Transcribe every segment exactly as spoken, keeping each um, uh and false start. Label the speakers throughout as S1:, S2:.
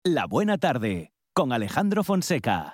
S1: La Buena Tarde, con Alejandro Fonseca.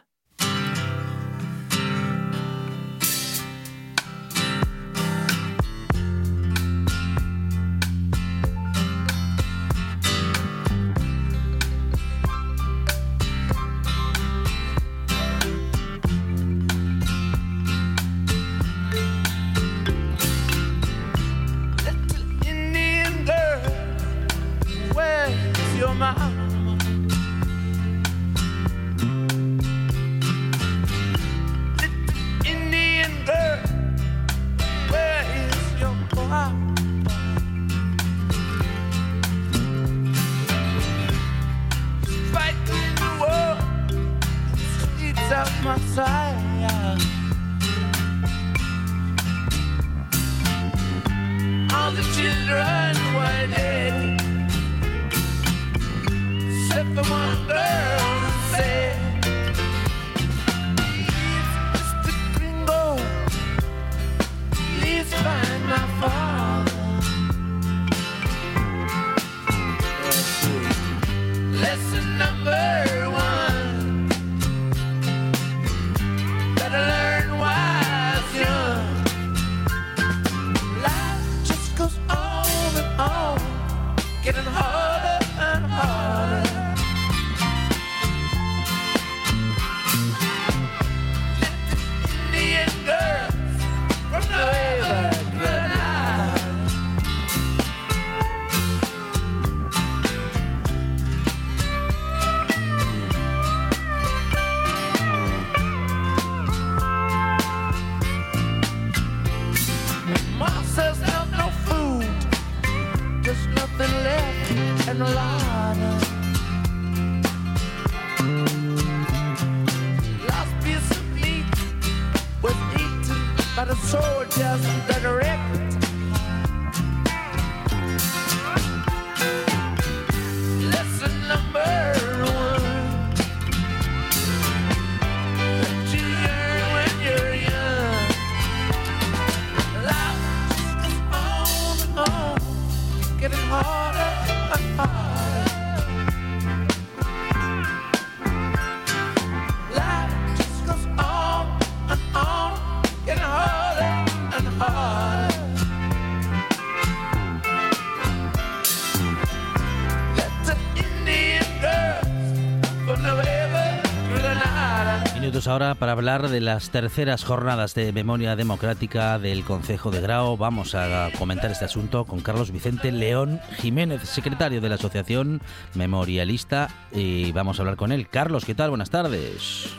S2: Ahora para hablar de las terceras jornadas de memoria democrática del Concejo de Grao. Vamos a comentar este asunto con Carlos Vicente León Jiménez, secretario de la Asociación Memorialista, y vamos a hablar con él. Carlos, ¿qué tal? Buenas tardes.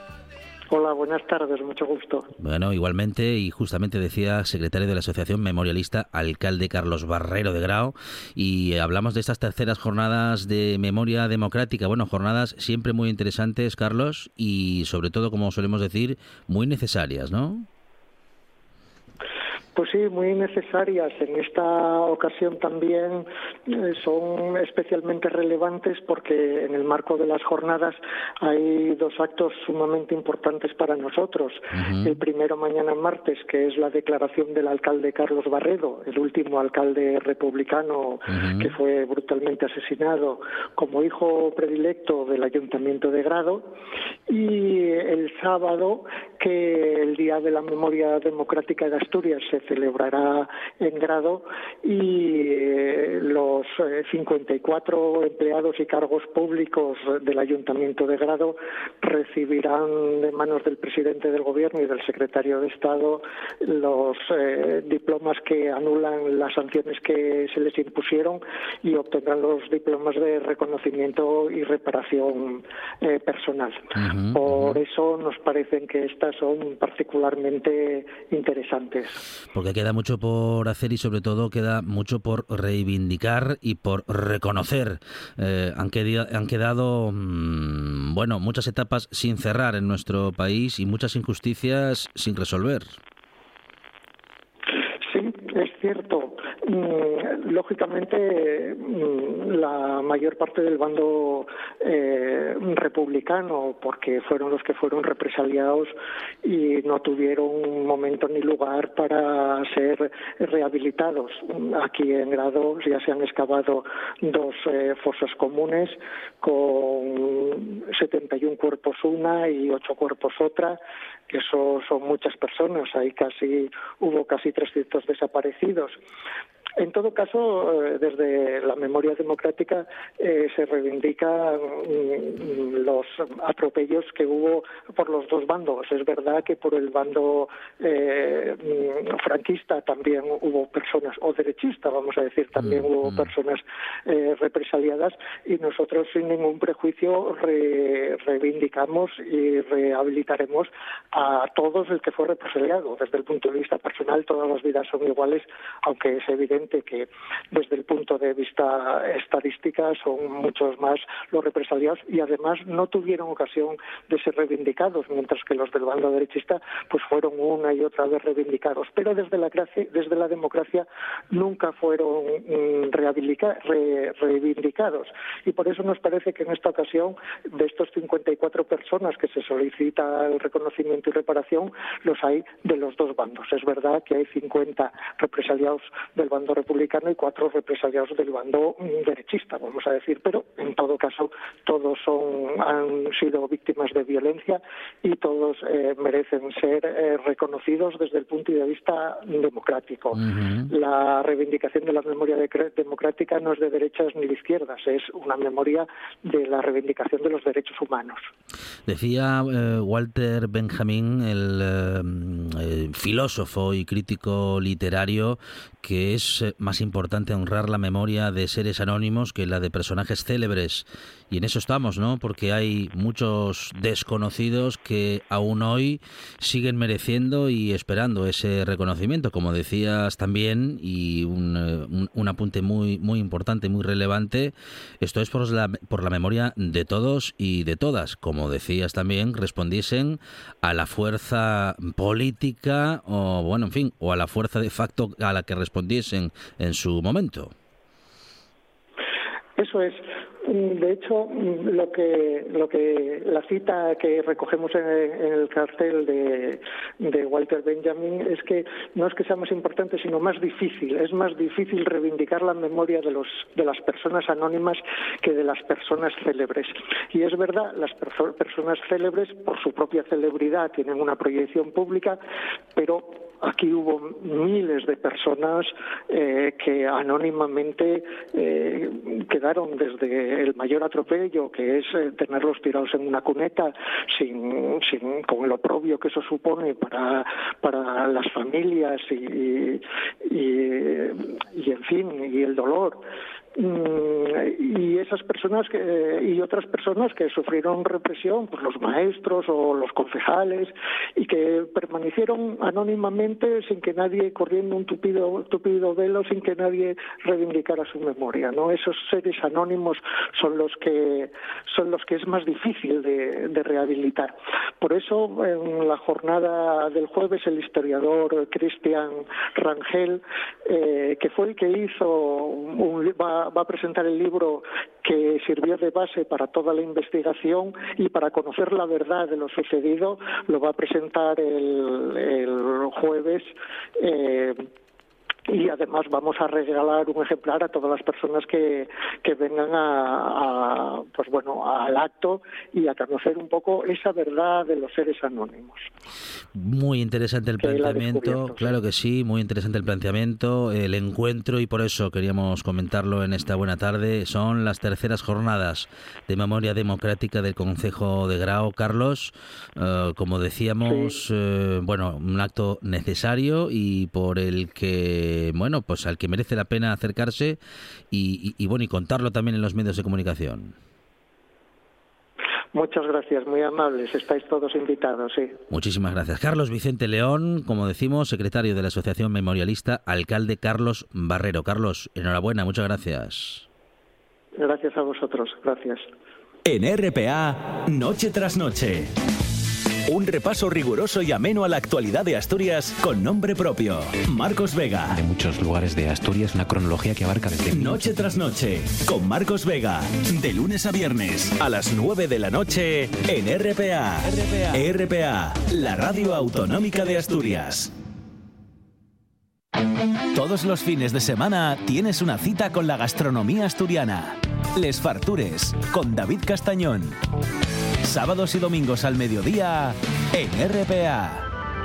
S3: Hola, buenas tardes, mucho gusto.
S2: Bueno, igualmente, y justamente decía secretario de la Asociación Memorialista, alcalde Carlos Barrero de Grao, y hablamos de estas terceras jornadas de memoria democrática. Bueno, jornadas siempre muy interesantes, Carlos, y sobre todo, como solemos decir, muy necesarias, ¿no?
S3: Pues sí, muy necesarias. En esta ocasión también eh, son especialmente relevantes porque en el marco de las jornadas hay dos actos sumamente importantes para nosotros. Uh-huh. El primero mañana martes, que es la declaración del alcalde Carlos Barrero, el último alcalde republicano uh-huh. que fue brutalmente asesinado, como hijo predilecto del Ayuntamiento de Grado, y el sábado, que el Día de la Memoria Democrática de Asturias se celebrará en Grado, y eh, los eh, cincuenta y cuatro empleados y cargos públicos del Ayuntamiento de Grado recibirán de manos del presidente del Gobierno y del secretario de Estado los eh, diplomas que anulan las sanciones que se les impusieron y obtendrán los diplomas de reconocimiento y reparación eh, personal. Uh-huh, Por uh-huh. eso nos parecen que estas son particularmente interesantes.
S2: Porque queda mucho por hacer y sobre todo queda mucho por reivindicar y por reconocer. Eh, han, quedado, han quedado, mmm, bueno, muchas etapas sin cerrar en nuestro país y muchas injusticias sin resolver.
S3: Sí, es cierto. Lógicamente, la mayor parte del bando eh, republicano, porque fueron los que fueron represaliados y no tuvieron momento ni lugar para ser rehabilitados. Aquí en Grado ya se han excavado dos eh, fosas comunes con setenta y un cuerpos una y ocho cuerpos otra. Eso son muchas personas, ahí casi hubo casi trescientos desaparecidos. En todo caso, desde la memoria democrática eh, se reivindican mm, los atropellos que hubo por los dos bandos. Es verdad que por el bando eh, franquista también hubo personas, o derechista, vamos a decir, también mm, hubo mm. personas eh, represaliadas, y nosotros sin ningún prejuicio re, reivindicamos y rehabilitaremos a todos el que fue represaliado. Desde el punto de vista personal, todas las vidas son iguales, aunque es evidente que desde el punto de vista estadística son muchos más los represaliados y además no tuvieron ocasión de ser reivindicados, mientras que los del bando derechista pues fueron una y otra vez reivindicados. Pero desde la, desde la democracia nunca fueron mm, re, reivindicados, y por eso nos parece que en esta ocasión, de estos cincuenta y cuatro personas que se solicita el reconocimiento y reparación, los hay de los dos bandos. Es verdad que hay cincuenta represaliados del bando republicano y cuatro represaliados del bando derechista, vamos a decir, pero en todo caso todos son han sido víctimas de violencia y todos eh, merecen ser eh, reconocidos desde el punto de vista democrático. Uh-huh. La reivindicación de la memoria de democrática no es de derechas ni de izquierdas, es una memoria de la reivindicación de los derechos humanos.
S2: Decía eh, Walter Benjamin, el eh, filósofo y crítico literario, que es más importante honrar la memoria de seres anónimos que la de personajes célebres. Y en eso estamos, ¿no? Porque hay muchos desconocidos que aún hoy siguen mereciendo y esperando ese reconocimiento, como decías también, y un, un, un apunte muy muy importante, muy relevante. Esto es por la, por la memoria de todos y de todas, como decías también, respondiesen a la fuerza política o, bueno, en fin, o a la fuerza de facto a la que respondiesen en su momento.
S3: Eso es. De hecho, lo que lo que la cita que recogemos en el, en el cartel de, de Walter Benjamin es que no es que sea más importante, sino más difícil. Es más difícil reivindicar la memoria de los de las personas anónimas que de las personas célebres. Y es verdad, las perso- personas célebres, por su propia celebridad, tienen una proyección pública, pero aquí hubo miles de personas eh, que anónimamente eh, quedaron desde el mayor atropello, que es eh, tenerlos tirados en una cuneta, sin, sin, con lo oprobio que eso supone para, para las familias y, y, y, en fin, y el dolor. Y esas personas que, y otras personas que sufrieron represión, pues los maestros o los concejales, y que permanecieron anónimamente sin que nadie, corriendo un tupido, tupido velo, sin que nadie reivindicara su memoria, ¿no? Esos seres anónimos son los que son los que es más difícil de, de rehabilitar. Por eso, en la jornada del jueves, el historiador Christian Rangel, eh, que fue el que hizo un, va, va a presentar el libro que sirvió de base para toda la investigación y para conocer la verdad de lo sucedido, lo va a presentar el, el jueves. Eh, Y además vamos a regalar un ejemplar a todas las personas que, que vengan a, a, pues bueno, al acto y a conocer un poco esa verdad de los seres anónimos.
S2: Muy interesante el planteamiento, claro que sí, muy interesante el planteamiento, el encuentro, y por eso queríamos comentarlo en esta buena tarde. Son las terceras jornadas de memoria democrática del Concejo de Grao. Carlos, eh, como decíamos, sí. eh, bueno, un acto necesario y por el que bueno, pues al que merece la pena acercarse y, y, y bueno, y contarlo también en los medios de comunicación.
S3: Muchas gracias, muy amables, estáis todos invitados, sí.
S2: Muchísimas gracias. Carlos Vicente León, como decimos, secretario de la Asociación Memorialista, alcalde Carlos Barrero. Carlos, enhorabuena, muchas gracias.
S3: Gracias a vosotros, gracias.
S1: En R P A, noche tras noche. Un repaso riguroso y ameno a la actualidad de Asturias con nombre propio. Marcos Vega.
S4: De muchos lugares de Asturias, una cronología que abarca desde...
S1: Noche tras noche, con Marcos Vega. De lunes a viernes, a las nueve de la noche, en R P A. R P A. R P A, la radio autonómica de Asturias. Todos los fines de semana tienes una cita con la gastronomía asturiana. Les Fartures, con David Castañón. Sábados y domingos al mediodía, en R P A.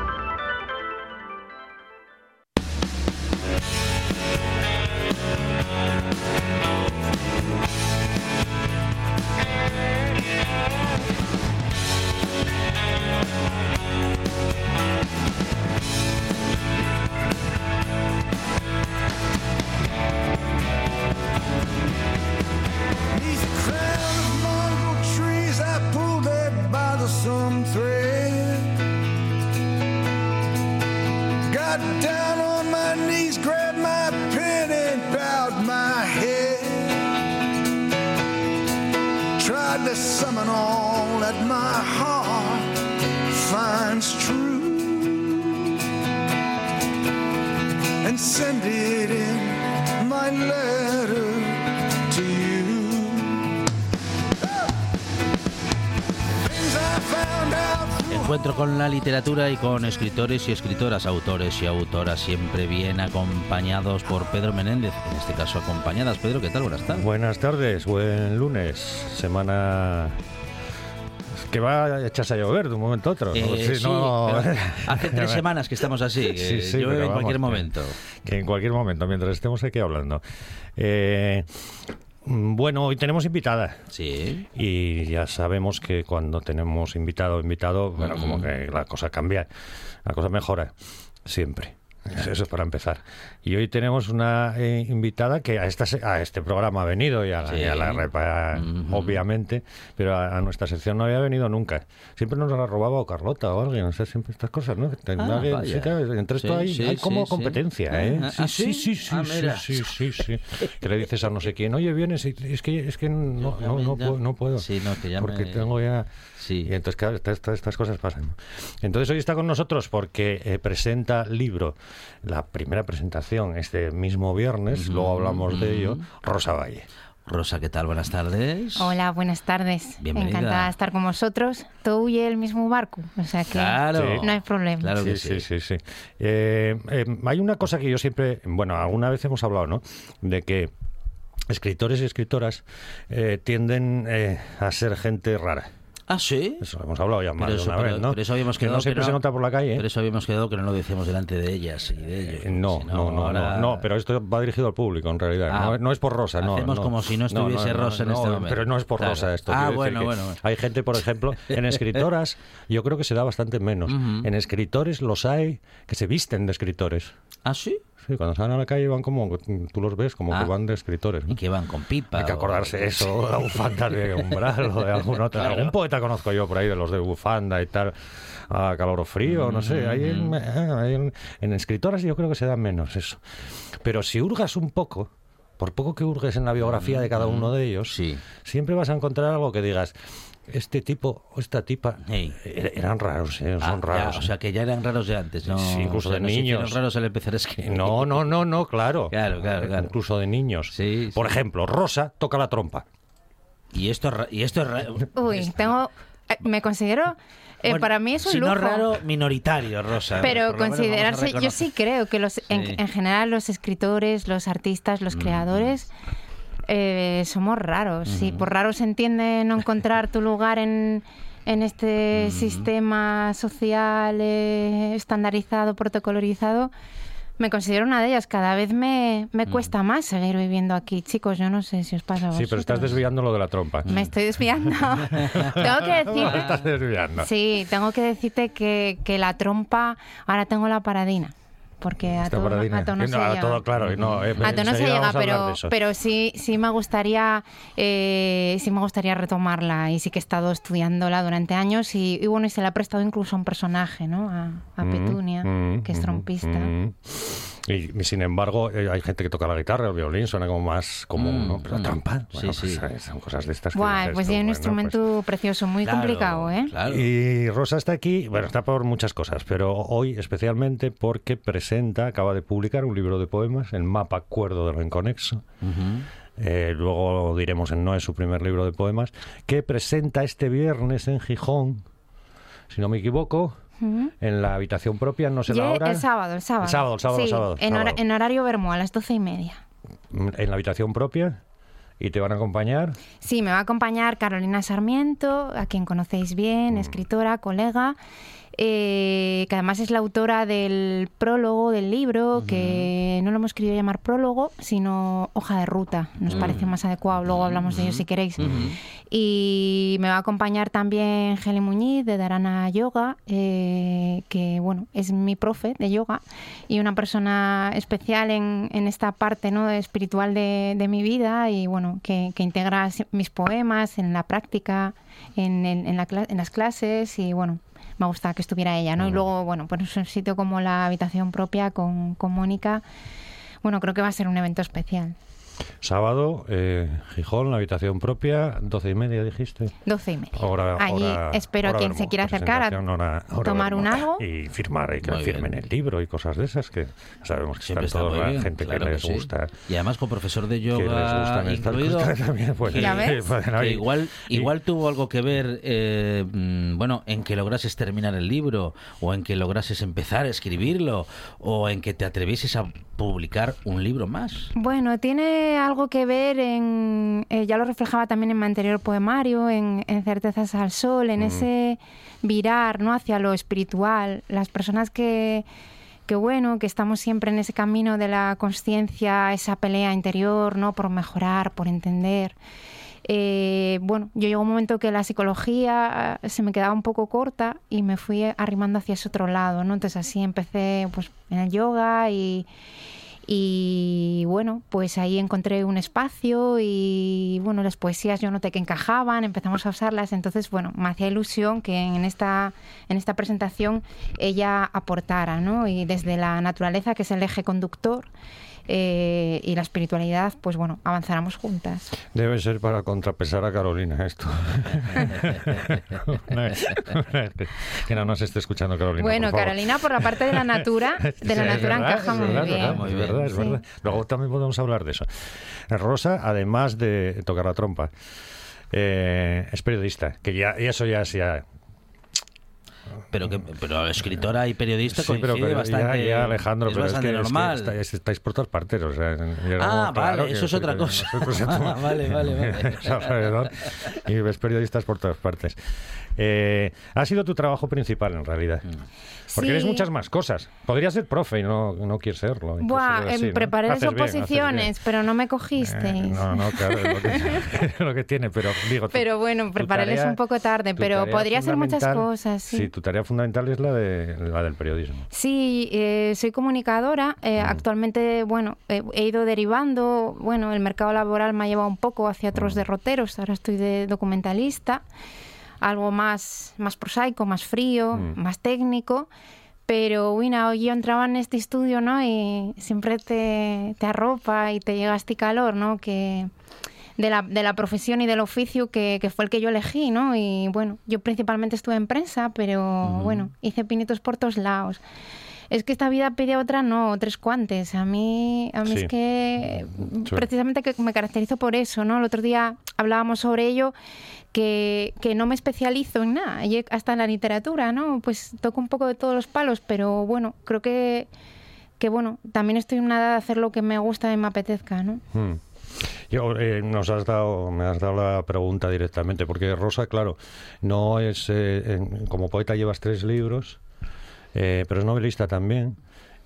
S2: Encuentro con la literatura y con escritores y escritoras, autores y autoras, siempre bien acompañados por Pedro Menéndez, en este caso acompañadas. Pedro, ¿qué tal? Buenas tardes.
S5: Buenas tardes, buen lunes, semana que va a echarse a llover de un momento a otro.
S2: Eh,
S5: ¿no? Sí,
S2: sí,
S5: no...
S2: Hace tres semanas que estamos así, que
S5: sí, sí,
S2: llueve en
S5: vamos,
S2: cualquier
S5: que,
S2: momento.
S5: Que en cualquier momento, mientras estemos aquí hablando. Eh... Bueno, hoy tenemos invitada.
S2: Sí.
S5: Y ya sabemos que cuando tenemos invitado o invitado, bueno, uh-huh. como que la cosa cambia, la cosa mejora, siempre. Eso es para empezar. Y hoy tenemos una eh, invitada que a, esta, a este programa ha venido y a, sí. y a la repa, uh-huh. obviamente, pero a, a nuestra sección no había venido nunca. Siempre nos la robaba o Carlota o alguien, no sé, siempre estas cosas, ¿no?
S2: Ah,
S5: alguien, sí, claro, entre esto sí, hay, sí, hay como
S2: sí,
S5: competencia,
S2: sí.
S5: ¿eh?
S2: Ah,
S5: sí, sí, sí, sí,
S2: ah,
S5: sí, sí, sí, sí, sí. Que le dices a no sé quién, oye, vienes, es que, es que no, no, no, puedo, no puedo,
S2: sí, no, que ya
S5: porque
S2: me...
S5: tengo ya...
S2: Sí.
S5: Y entonces, claro, estas, estas cosas pasan. Entonces hoy está con nosotros porque eh, presenta libro, la primera presentación este mismo viernes, uh-huh, luego hablamos uh-huh. de ello, Rosa Valle.
S2: Rosa, ¿qué tal? Buenas tardes.
S6: Hola, buenas tardes.
S2: Bienvenida.
S6: Encantada de estar con vosotros. Todo huye el mismo barco, o sea que
S2: claro.
S6: no hay problema.
S2: Claro que
S5: sí,
S2: sí.
S5: sí, sí, sí. Eh, eh, hay una cosa que yo siempre, bueno, alguna vez hemos hablado, ¿no? De que escritores y escritoras eh, tienden eh, a ser gente rara.
S2: ¿Ah, sí?
S5: Eso hemos hablado ya más
S2: pero
S5: de
S2: eso,
S5: una
S2: pero,
S5: vez, ¿no?
S2: Pero eso habíamos quedado
S5: que no siempre
S2: que no,
S5: se nota por la calle. ¿eh?
S2: Pero eso habíamos quedado que no lo decíamos delante de ellas y de ellos.
S5: Eh, no,
S2: si no,
S5: no, no,
S2: ahora...
S5: no, no, pero esto va dirigido al público, en realidad.
S2: Ah,
S5: no, no es por Rosa, no.
S2: Hacemos
S5: no,
S2: como si no estuviese
S5: no, no,
S2: Rosa en
S5: no,
S2: este momento.
S5: Pero no es por
S2: claro.
S5: Rosa esto.
S2: Ah, bueno, bueno, bueno.
S5: Hay gente, por ejemplo, en escritoras, yo creo que se da bastante menos. Uh-huh. En escritores los hay que se visten de escritores.
S2: ¿Ah, sí?
S5: Sí, cuando salen a la calle van como, tú los ves como ah, que van de escritores, ¿no?
S2: Y que van con pipa.
S5: Hay que acordarse
S2: o...
S5: eso, de bufanda de umbral o de algún otro. Claro. Algún poeta conozco yo por ahí de los de bufanda y tal, a calor o frío, no sé. Hay en, hay en, en escritoras yo creo que se da menos eso. Pero si hurgas un poco, por poco que hurgues en la biografía de cada uno de ellos,
S2: sí.
S5: siempre vas a encontrar algo que digas... Este tipo o esta tipa hey. eran raros, ¿eh? Son
S2: ah,
S5: raros.
S2: Ya, o sea, que ya eran raros de antes, ¿no?
S5: Sí, incluso
S2: o sea,
S5: de niños.
S2: Eran raros al empezar a escribir.
S5: No, no, no, no, claro.
S2: Claro, claro, claro.
S5: Incluso de niños.
S2: Sí,
S5: Por
S2: sí.
S5: ejemplo, Rosa toca la trompa.
S2: Y esto, y esto es raro.
S6: Uy, tengo... Me considero... Eh,
S2: bueno,
S6: para mí es un
S2: si
S6: lujo.
S2: no raro, minoritario, Rosa.
S6: Pero considerarse... Yo sí creo que los sí. en, en general los escritores, los artistas, los mm. creadores... Eh, somos raros, uh-huh. sí. Por raro se entiende no encontrar tu lugar en, en este uh-huh. sistema social eh, estandarizado, protocolarizado. Me considero una de ellas. Cada vez me, me uh-huh. cuesta más seguir viviendo aquí. Chicos, yo no sé si os pasa a vosotros.
S5: Sí, pero estás desviando lo de la trompa.
S6: Me estoy desviando. Tengo que decir...
S5: Me estás desviando.
S6: Sí, tengo que decirte que, que la trompa... Ahora tengo la paradina. Porque a todo, a todo no, no se
S5: a
S6: llega.
S5: Todo, claro, y no, eh,
S6: a todo no se llega, pero, pero sí, sí me gustaría eh, sí me gustaría retomarla y sí que he estado estudiándola durante años y, y bueno, y se le ha prestado incluso a un personaje, ¿no? A, a Petunia, mm, mm, que es trompista. Mm,
S5: Y, y sin embargo, eh, hay gente que toca la guitarra, el violín, suena como más común, mm, ¿no? Pero la trompa, bueno,
S2: sí,
S5: pues,
S2: sí.
S5: eh, son cosas de estas que...
S6: Guay, pues tiene un
S5: bueno,
S6: instrumento
S5: pues...
S6: precioso, muy
S2: claro,
S6: complicado, ¿eh?
S2: Claro.
S5: Y Rosa está aquí, bueno, está por muchas cosas, pero hoy especialmente porque presenta, acaba de publicar un libro de poemas, El mapa cuerdo de lo inconexo. Uh-huh. Eh, luego diremos en No es su primer libro de poemas, que presenta este viernes en Gijón, si no me equivoco, uh-huh. en la habitación propia, no sé
S6: yeah,
S5: la hora.
S6: El sábado, el sábado.
S5: El sábado, el sábado,
S6: sí,
S5: el sábado.
S6: En, hora, en horario Bermú, a las doce y media.
S5: En la habitación propia. ¿Y te van a acompañar?
S6: Sí, me va a acompañar Carolina Sarmiento, a quien conocéis bien, mm. escritora, colega, eh, que además es la autora del prólogo del libro, uh-huh. que no lo hemos querido llamar prólogo, sino hoja de ruta. Nos uh-huh. parece más adecuado, luego hablamos uh-huh. de ello si queréis. Uh-huh. Y me va a acompañar también Heli Muñiz, de Dharana Yoga, eh, que bueno, es mi profe de yoga y una persona especial en, en esta parte, ¿no?, espiritual de, de mi vida, y bueno, que, que integra mis poemas en la práctica, en, en, en, la, en las clases, y bueno, me gusta que estuviera ella, ¿no? Uh-huh. Y luego, bueno, pues un sitio como la habitación propia con, con Mónica, bueno, creo que va a ser un evento especial.
S5: Sábado, eh, Gijón, la habitación propia, doce y media, dijiste.
S6: Doce y media.
S5: Hora,
S6: Allí
S5: hora,
S6: espero
S5: hora
S6: a quien
S5: vermo,
S6: se quiera acercar a
S5: hora, hora
S6: tomar
S5: vermo,
S6: un algo.
S5: Y firmar, y que
S2: muy
S5: firmen
S2: bien.
S5: El libro y cosas de esas, que sabemos que
S2: siempre
S5: están
S2: está
S5: toda la
S2: bien,
S5: gente
S2: claro
S5: que les
S2: que sí.
S5: gusta.
S2: Y además con profesor de
S5: Que les
S2: yoga
S5: gustan estas
S2: incluido,
S5: cosas también. Pues,
S6: ¿Ya ves?
S5: Bueno,
S2: que
S5: y,
S2: igual,
S5: y,
S2: igual tuvo algo que ver, eh, bueno, en que lograses terminar el libro, o en que lograses empezar a escribirlo, o en que te atrevieses a publicar un libro más.
S6: Bueno, tiene algo que ver en, eh, ya lo reflejaba también en mi anterior poemario, en, en Certezas al Sol, en mm. ese virar, ¿no?, hacia lo espiritual. Las personas que, que bueno, que estamos siempre en ese camino de la consciencia, esa pelea interior, ¿no?, por mejorar, por entender. Eh, bueno, yo llegó un momento que la psicología se me quedaba un poco corta y me fui arrimando hacia ese otro lado, ¿no? Entonces así empecé, pues, en el yoga y, y bueno, pues ahí encontré un espacio y bueno, las poesías yo noté que encajaban, empezamos a usarlas, entonces bueno, me hacía ilusión que en esta, en esta presentación ella aportara, ¿no? Y desde la naturaleza, que es el eje conductor, Eh, y la espiritualidad, pues bueno, avanzáramos juntas.
S5: Debe ser para contrapesar a Carolina esto. una vez, una vez que, que no nos esté escuchando Carolina.
S6: Bueno,
S5: por
S6: Carolina, por la parte de la natura, de la
S5: sí,
S6: natura
S5: verdad,
S6: encaja muy
S5: verdad,
S6: bien.
S5: Verdad, muy bien. Verdad, es sí. verdad. Luego también podemos hablar de eso. Rosa, además de tocar la trompa, eh, es periodista, que ya, y eso ya es ya...
S2: Pero que pero escritora y periodista
S5: sí,
S2: coincide
S5: pero, pero
S2: bastante.
S5: Ya, ya, Alejandro,
S2: es
S5: pero
S2: bastante
S5: es que,
S2: normal.
S5: Es que estáis, estáis por todas partes. O sea,
S2: ah, vale, claro eso es otra cosa. Ah, vale, vale, vale.
S5: Y ves periodistas por todas partes. Eh, ha sido tu trabajo principal, en realidad. Porque sí. eres muchas más cosas. Podrías ser profe y no, no quieres serlo.
S6: Buah, así, ¿no? Preparé las oposiciones, pero no me cogisteis. Eh,
S5: no, no, claro, es lo que, es lo que tiene, pero digo...
S6: Pero bueno, prepararles un poco tarde, pero podría ser muchas cosas. Sí.
S5: sí, tu tarea fundamental es la, de, la del periodismo.
S6: Sí, eh, soy comunicadora. Eh, mm. Actualmente, bueno, eh, he ido derivando. Bueno, el mercado laboral me ha llevado un poco hacia otros mm. derroteros. Ahora estoy de documentalista. Algo más, más prosaico, más frío, mm. más técnico, pero bueno, yo entraba en este estudio, ¿no? Y siempre te, te arropa y te llega este calor, ¿no? Que de la, de la profesión y del oficio que, que fue el que yo elegí, ¿no? Y bueno, yo principalmente estuve en prensa, pero mm. bueno, hice pinitos por todos lados. Es que esta vida pide otra, no, tres cuantes. A mí, a mí sí. es que sí. precisamente que me caracterizo por eso, ¿no? El otro día hablábamos sobre ello, que, que no me especializo en nada, hasta en la literatura, ¿no? Pues toco un poco de todos los palos, pero bueno, creo que, que bueno, también estoy en una edad de hacer lo que me gusta y me apetezca, ¿no?
S5: Hmm. Yo, eh, nos has dado, me has dado la pregunta directamente, porque Rosa, claro, no es, eh, en, como poeta llevas tres libros, Eh, pero es novelista también,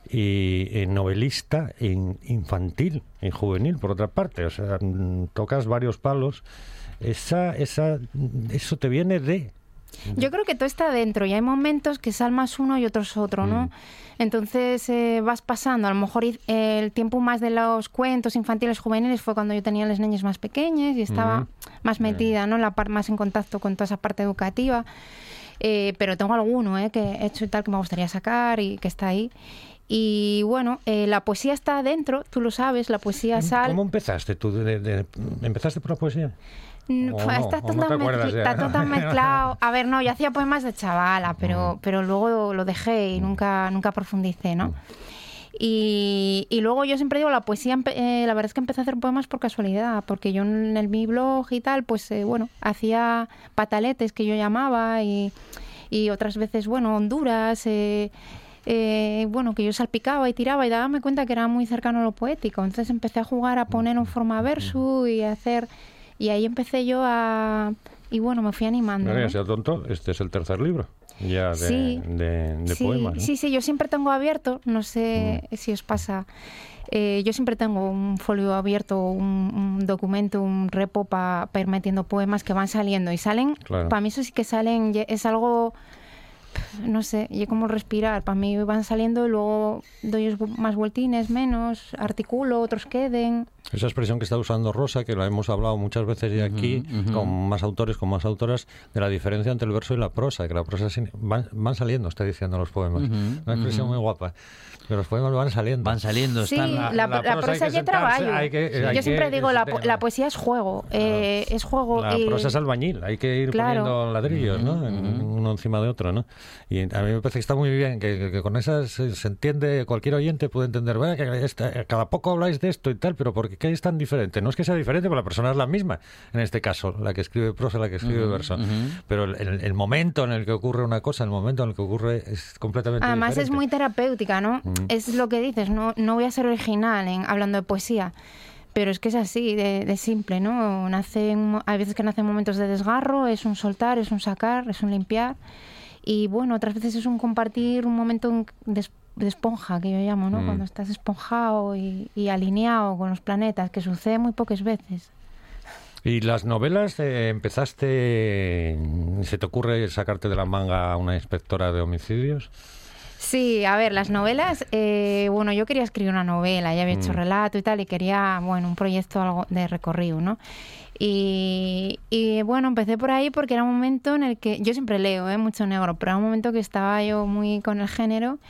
S5: y eh, novelista in, infantil y juvenil, por otra parte. O sea, tocas varios palos. Esa, esa, eso te viene de...
S6: Yo creo que todo está dentro y hay momentos que sal más uno y otros otro, ¿no? Mm. Entonces eh, vas pasando. A lo mejor el tiempo más de los cuentos infantiles juveniles fue cuando yo tenía las niñas más pequeñas y estaba mm. más metida, ¿no? La par, más en contacto con toda esa parte educativa. Eh, pero tengo alguno eh, que he hecho y tal que me gustaría sacar y que está ahí. Y bueno, eh, la poesía está dentro, tú lo sabes, la poesía sale...
S5: ¿Cómo empezaste tú? De, de, ¿Empezaste por la poesía?
S6: No,
S5: no,
S6: está, todo
S5: no
S6: tan mezcl- está todo tan mezclado. A ver, no, yo hacía poemas de chavala, pero, mm. pero luego lo dejé y nunca, nunca profundicé, ¿no? Mm. Y, y luego yo siempre digo, la poesía, eh, la verdad es que empecé a hacer poemas por casualidad, porque yo en el, mi blog y tal, pues eh, bueno, hacía pataletes que yo llamaba y, y otras veces, bueno, Honduras... Eh, Eh, bueno, que yo salpicaba y tiraba y dábame cuenta que era muy cercano a lo poético. Entonces empecé a jugar a poner en forma verso y a hacer... Y ahí empecé yo a... Y bueno, me fui animando.
S5: No,
S6: ¿no?
S5: sea tonto, este es el tercer libro ya de,
S6: sí,
S5: de, de
S6: sí,
S5: poemas, ¿no?
S6: Sí, sí, yo siempre tengo abierto, no sé mm. si os pasa... Eh, yo siempre tengo un folio abierto, un, un documento, un repo para pa ir metiendo poemas que van saliendo. Y salen, claro. Para mí eso sí que salen, es algo... No sé, y como respirar. Para mí van saliendo y luego doy más vueltines, menos, articulo, otros queden.
S5: Esa expresión que está usando Rosa, que la hemos hablado muchas veces ya aquí, uh-huh, uh-huh. con más autores, con más autoras, de la diferencia entre el verso y la prosa, que la prosa van, van saliendo, está diciendo los poemas. Uh-huh, Una expresión uh-huh. muy guapa. Pero los poemas van saliendo.
S2: Van saliendo.
S6: Sí,
S2: están
S6: la, la, la, la prosa ya trabajo. Yo siempre que, digo, la, la poesía es juego. Eh, es juego.
S5: La
S6: y...
S5: prosa es albañil, hay que ir claro. poniendo ladrillos, ¿no? Uh-huh. Uno encima de otro, ¿no? Y a mí me parece que está muy bien, que, que, que con esas se, se entiende, cualquier oyente puede entender, bueno, que esta, cada poco habláis de esto y tal, pero ¿por qué es tan diferente? No es que sea diferente, porque la persona es la misma, en este caso, la que escribe prosa, la que escribe uh-huh, verso. Uh-huh. Pero el, el, el momento en el que ocurre una cosa, el momento en el que ocurre es completamente
S6: Además
S5: diferente.
S6: Es muy terapéutica, ¿no? Uh-huh. Es lo que dices, no, no voy a ser original en hablando de poesía, pero es que es así, de, de simple, ¿no? Nace, hay veces que nacen momentos de desgarro, es un soltar, es un sacar, es un limpiar, y bueno, otras veces es un compartir un momento de, de esponja, que yo llamo, ¿no? Mm. Cuando estás esponjado y, y alineado con los planetas, que sucede muy pocas veces.
S5: ¿Y las novelas eh, empezaste, se te ocurre sacarte de la manga a una inspectora de homicidios?
S6: Sí, a ver, las novelas, eh, bueno, yo quería escribir una novela, ya había hecho mm. relato y tal, y quería, bueno, un proyecto algo de recorrido, ¿no? Y, y bueno, empecé por ahí porque era un momento en el que, yo siempre leo, ¿eh? Mucho negro, pero era un momento que estaba yo muy con el género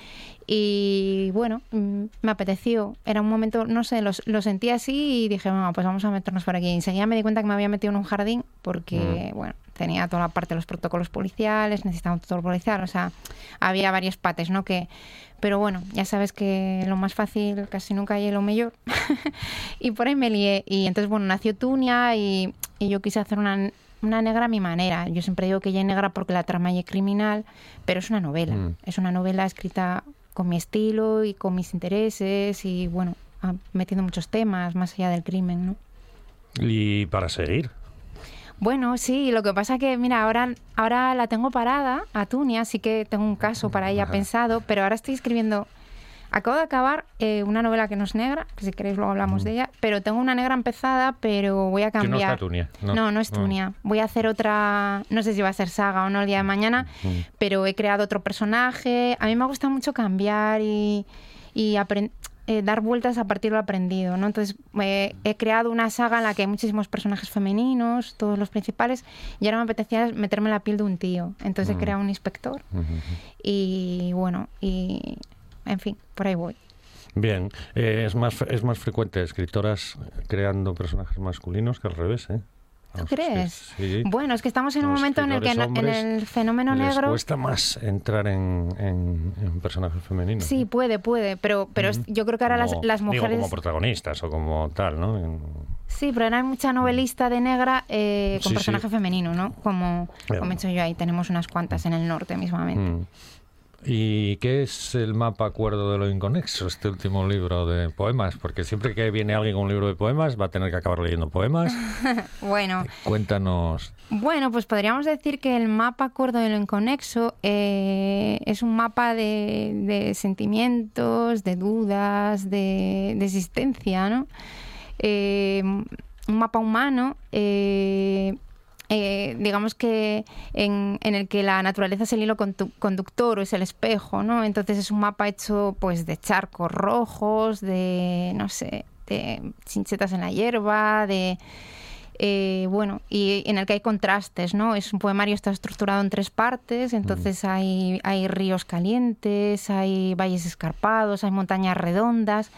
S6: y bueno, me apeteció, era un momento, no sé, lo, lo sentí así y dije, bueno, pues vamos a meternos por aquí. Y enseguida me di cuenta que me había metido en un jardín porque, mm. bueno, tenía toda la parte de los protocolos policiales, necesitaba un tutor policial, o sea, había varios pates, ¿no? Que, pero bueno, ya sabes que lo más fácil casi nunca hay lo mejor. Y por ahí me lié. Y entonces, bueno, nació Tunia y, y yo quise hacer una, una negra a mi manera. Yo siempre digo que ella es negra porque la trama es criminal, pero es una novela. Mm. Es una novela escrita con mi estilo y con mis intereses y, bueno, metiendo muchos temas más allá del crimen, ¿no?
S5: ¿Y para seguir?
S6: Bueno, sí, lo que pasa que, mira, ahora, ahora la tengo parada, a Tunia, sí que tengo un caso para ella Ajá. pensado, pero ahora estoy escribiendo, acabo de acabar eh, una novela que no es negra, que si queréis luego hablamos mm. de ella, pero tengo una negra empezada, pero voy a cambiar.
S5: Que no está Tunia. No,
S6: no, no es Tunia. No. Voy a hacer otra, no sé si va a ser saga o no el día de mañana, mm. pero he creado otro personaje. A mí me gusta mucho cambiar y, y aprender. Eh, dar vueltas a partir de lo aprendido, ¿no? Entonces eh, he creado una saga en la que hay muchísimos personajes femeninos, todos los principales, y ahora me apetecía meterme en la piel de un tío. Entonces uh-huh. he creado un inspector uh-huh. y bueno, y en fin, por ahí voy.
S5: Bien, eh, es más es más frecuente escritoras creando personajes masculinos que al revés, ¿eh?
S6: ¿Tú crees?
S5: Sí.
S6: Bueno, es que estamos en un momento en el que en el fenómeno
S5: les
S6: negro...
S5: cuesta más entrar en, en, en personajes femeninos.
S6: Sí, ¿eh? puede, puede, pero, pero mm. yo creo que ahora como, las, las mujeres...
S5: Digo, como protagonistas o como tal, ¿no? En...
S6: Sí, pero ahora hay mucha novelista de negra eh, con sí, personaje sí. femenino, ¿no? Como, como he hecho yo ahí, tenemos unas cuantas en el norte mismamente.
S5: Mm. ¿Y qué es el mapa acuerdo de lo inconexo, este último libro de poemas? Porque siempre que viene alguien con un libro de poemas va a tener que acabar leyendo poemas.
S6: Bueno.
S5: Cuéntanos.
S6: Bueno, pues podríamos decir que el mapa acuerdo de lo inconexo eh, es un mapa de, de sentimientos, de dudas, de, de existencia, ¿no? Eh, un mapa humano... Eh, Eh, digamos que en, en el que la naturaleza es el hilo conductor o es el espejo, ¿no? Entonces es un mapa hecho pues de charcos rojos, de, no sé, de chinchetas en la hierba, de... Eh, bueno, y en el que hay contrastes, ¿no? Es un poemario, está estructurado en tres partes, entonces mm. hay, hay ríos calientes, hay valles escarpados, hay montañas redondas.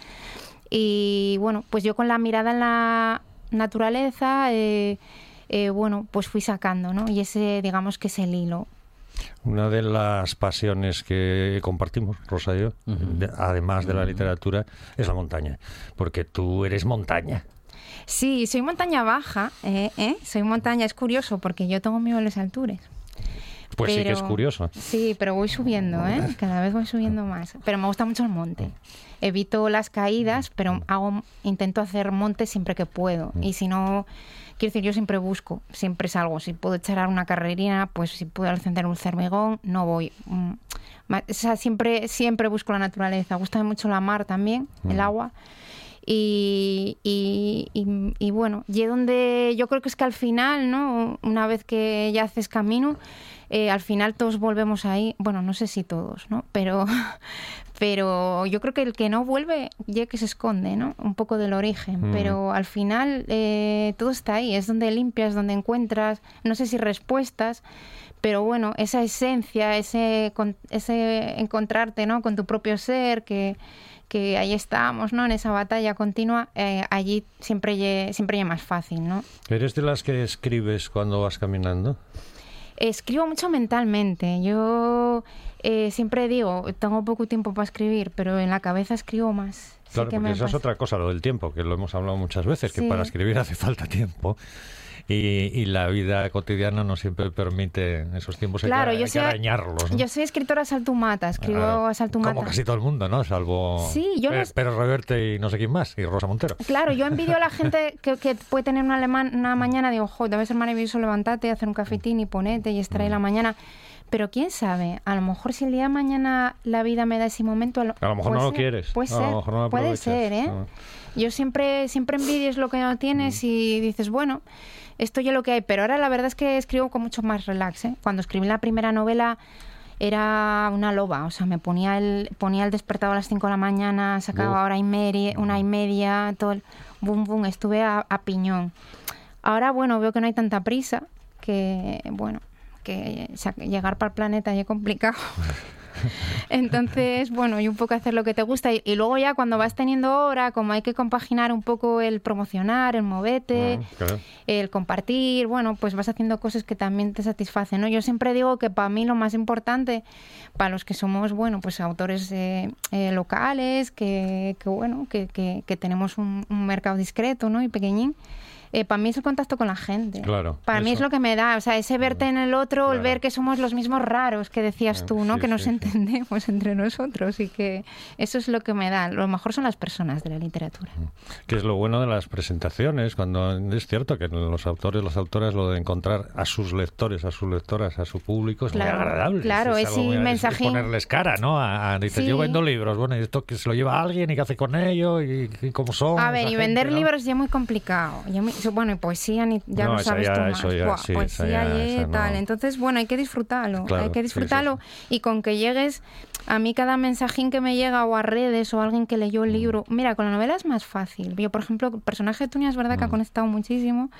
S6: Y bueno, pues yo con la mirada en la naturaleza, eh, eh, bueno, pues fui sacando, ¿no? Y ese, digamos que es el hilo.
S5: Una de las pasiones que compartimos, Rosa y yo, uh-huh. de, además de la literatura, es la montaña, porque tú eres montaña.
S6: Sí, soy montaña baja, eh, ¿eh? Soy montaña, es curioso, porque yo tengo miedo a las alturas.
S5: Pues
S6: pero,
S5: sí que es curioso.
S6: Sí, pero voy subiendo, ¿eh? Cada vez voy subiendo más. Pero me gusta mucho el monte. Evito las caídas, pero hago, intento hacer monte siempre que puedo. Y si no, quiero decir, yo siempre busco, siempre salgo. Si puedo echar una carrerina, pues si puedo encender un cermigón, no voy. O sea, siempre, siempre busco la naturaleza. Gusta mucho la mar también, el agua. Y, y, y, y bueno, y donde yo creo que es que al final, ¿no? Una vez que ya haces camino, eh, al final todos volvemos ahí. Bueno, no sé si todos, ¿no? Pero, pero yo creo que el que no vuelve ya que se esconde, ¿no? Un poco del origen. Mm. Pero al final eh, todo está ahí. Es donde limpias, donde encuentras, no sé si respuestas, pero bueno, esa esencia, ese, ese encontrarte, ¿no? Con tu propio ser, que... que ahí estábamos, ¿no? En esa batalla continua, eh, allí siempre lle, siempre lle más fácil, ¿no?
S5: ¿Eres de las que escribes cuando vas caminando?
S6: Escribo mucho mentalmente. Yo eh, siempre digo, tengo poco tiempo para escribir, pero en la cabeza escribo más.
S5: Claro,
S6: sí que
S5: porque
S6: me
S5: esa
S6: pasa.
S5: es otra cosa, lo del tiempo, que lo hemos hablado muchas veces, que
S6: sí.
S5: para escribir hace falta tiempo. Y, y la vida cotidiana no siempre permite esos tiempos,
S6: claro,
S5: hay que,
S6: yo
S5: hay
S6: soy,
S5: que arañarlos, ¿no?
S6: Yo soy escritora saltumata, escribo claro, a saltumata.
S5: Como casi todo el mundo, ¿no? Salvo
S6: sí, yo
S5: Pérez,
S6: no...
S5: Pérez Reverte y no sé quién más, y Rosa Montero.
S6: Claro, yo envidio a la gente que, que puede tener una, alemán, una mañana, digo, jo, debe ser maravilloso levantarte, hacer un cafetín y ponerte y estar ahí la mañana. Pero quién sabe, a lo mejor si el día de mañana la vida me da ese momento... A lo,
S5: a lo mejor no lo quieres.
S6: Puede ser,
S5: a lo mejor no lo
S6: puede ser, ¿eh? No. Yo siempre, siempre envidies lo que no tienes mm. y dices, bueno, esto ya lo que hay. Pero ahora la verdad es que escribo con mucho más relax, ¿eh? Cuando escribí la primera novela era una loba, o sea, me ponía el, ponía el despertador a las cinco de la mañana, sacaba Uf. hora y media, una y media, todo el boom, boom, estuve a, a piñón. Ahora, bueno, veo que no hay tanta prisa, que, bueno... que o sea, llegar para el planeta ya es complicado. Entonces, bueno, y un poco hacer lo que te gusta. Y, y luego ya cuando vas teniendo hora, como hay que compaginar un poco el promocionar, el moverte, ah, claro. el compartir, bueno, pues vas haciendo cosas que también te satisfacen, ¿no? Yo siempre digo que para mí lo más importante, para los que somos, bueno, pues autores eh, eh, locales, que, que bueno, que, que, que tenemos un, un mercado discreto, ¿no? Y pequeñín, Eh, para mí es el contacto con la gente.
S5: Claro,
S6: para eso. mí es lo que me da, o sea, ese verte en el otro, claro. el ver que somos los mismos raros que decías tú, ¿no? Sí, que nos sí, entendemos sí. entre nosotros y que eso es lo que me da. Lo mejor son las personas de la literatura.
S5: Que es lo bueno de las presentaciones, cuando es cierto que los autores, las autoras, lo de encontrar a sus lectores, a sus lectoras, a su público es
S6: claro,
S5: muy agradable.
S6: Claro, es,
S5: es,
S6: es mensaje.
S5: Es ponerles cara, ¿no? A, a, dices, sí. yo vendo libros, bueno, y esto que se lo lleva a alguien y qué hace con ello y, y cómo son.
S6: A ver, y
S5: gente,
S6: vender
S5: ¿no?
S6: libros ya es muy complicado. Ya muy, bueno, y poesía ni, ya
S5: no,
S6: lo sabes
S5: ya,
S6: tú más.
S5: Ya,
S6: Buah,
S5: sí,
S6: poesía
S5: ya,
S6: y
S5: esa,
S6: tal.
S5: no.
S6: Entonces, bueno, hay que disfrutarlo.
S5: Claro,
S6: hay que disfrutarlo.
S5: Sí, sí, sí.
S6: Y con que llegues, a mí cada mensajín que me llega o a redes o alguien que leyó el libro. Mira, con la novela es más fácil. Yo, por ejemplo, el personaje de Tunia es verdad que mm. ha conectado muchísimo.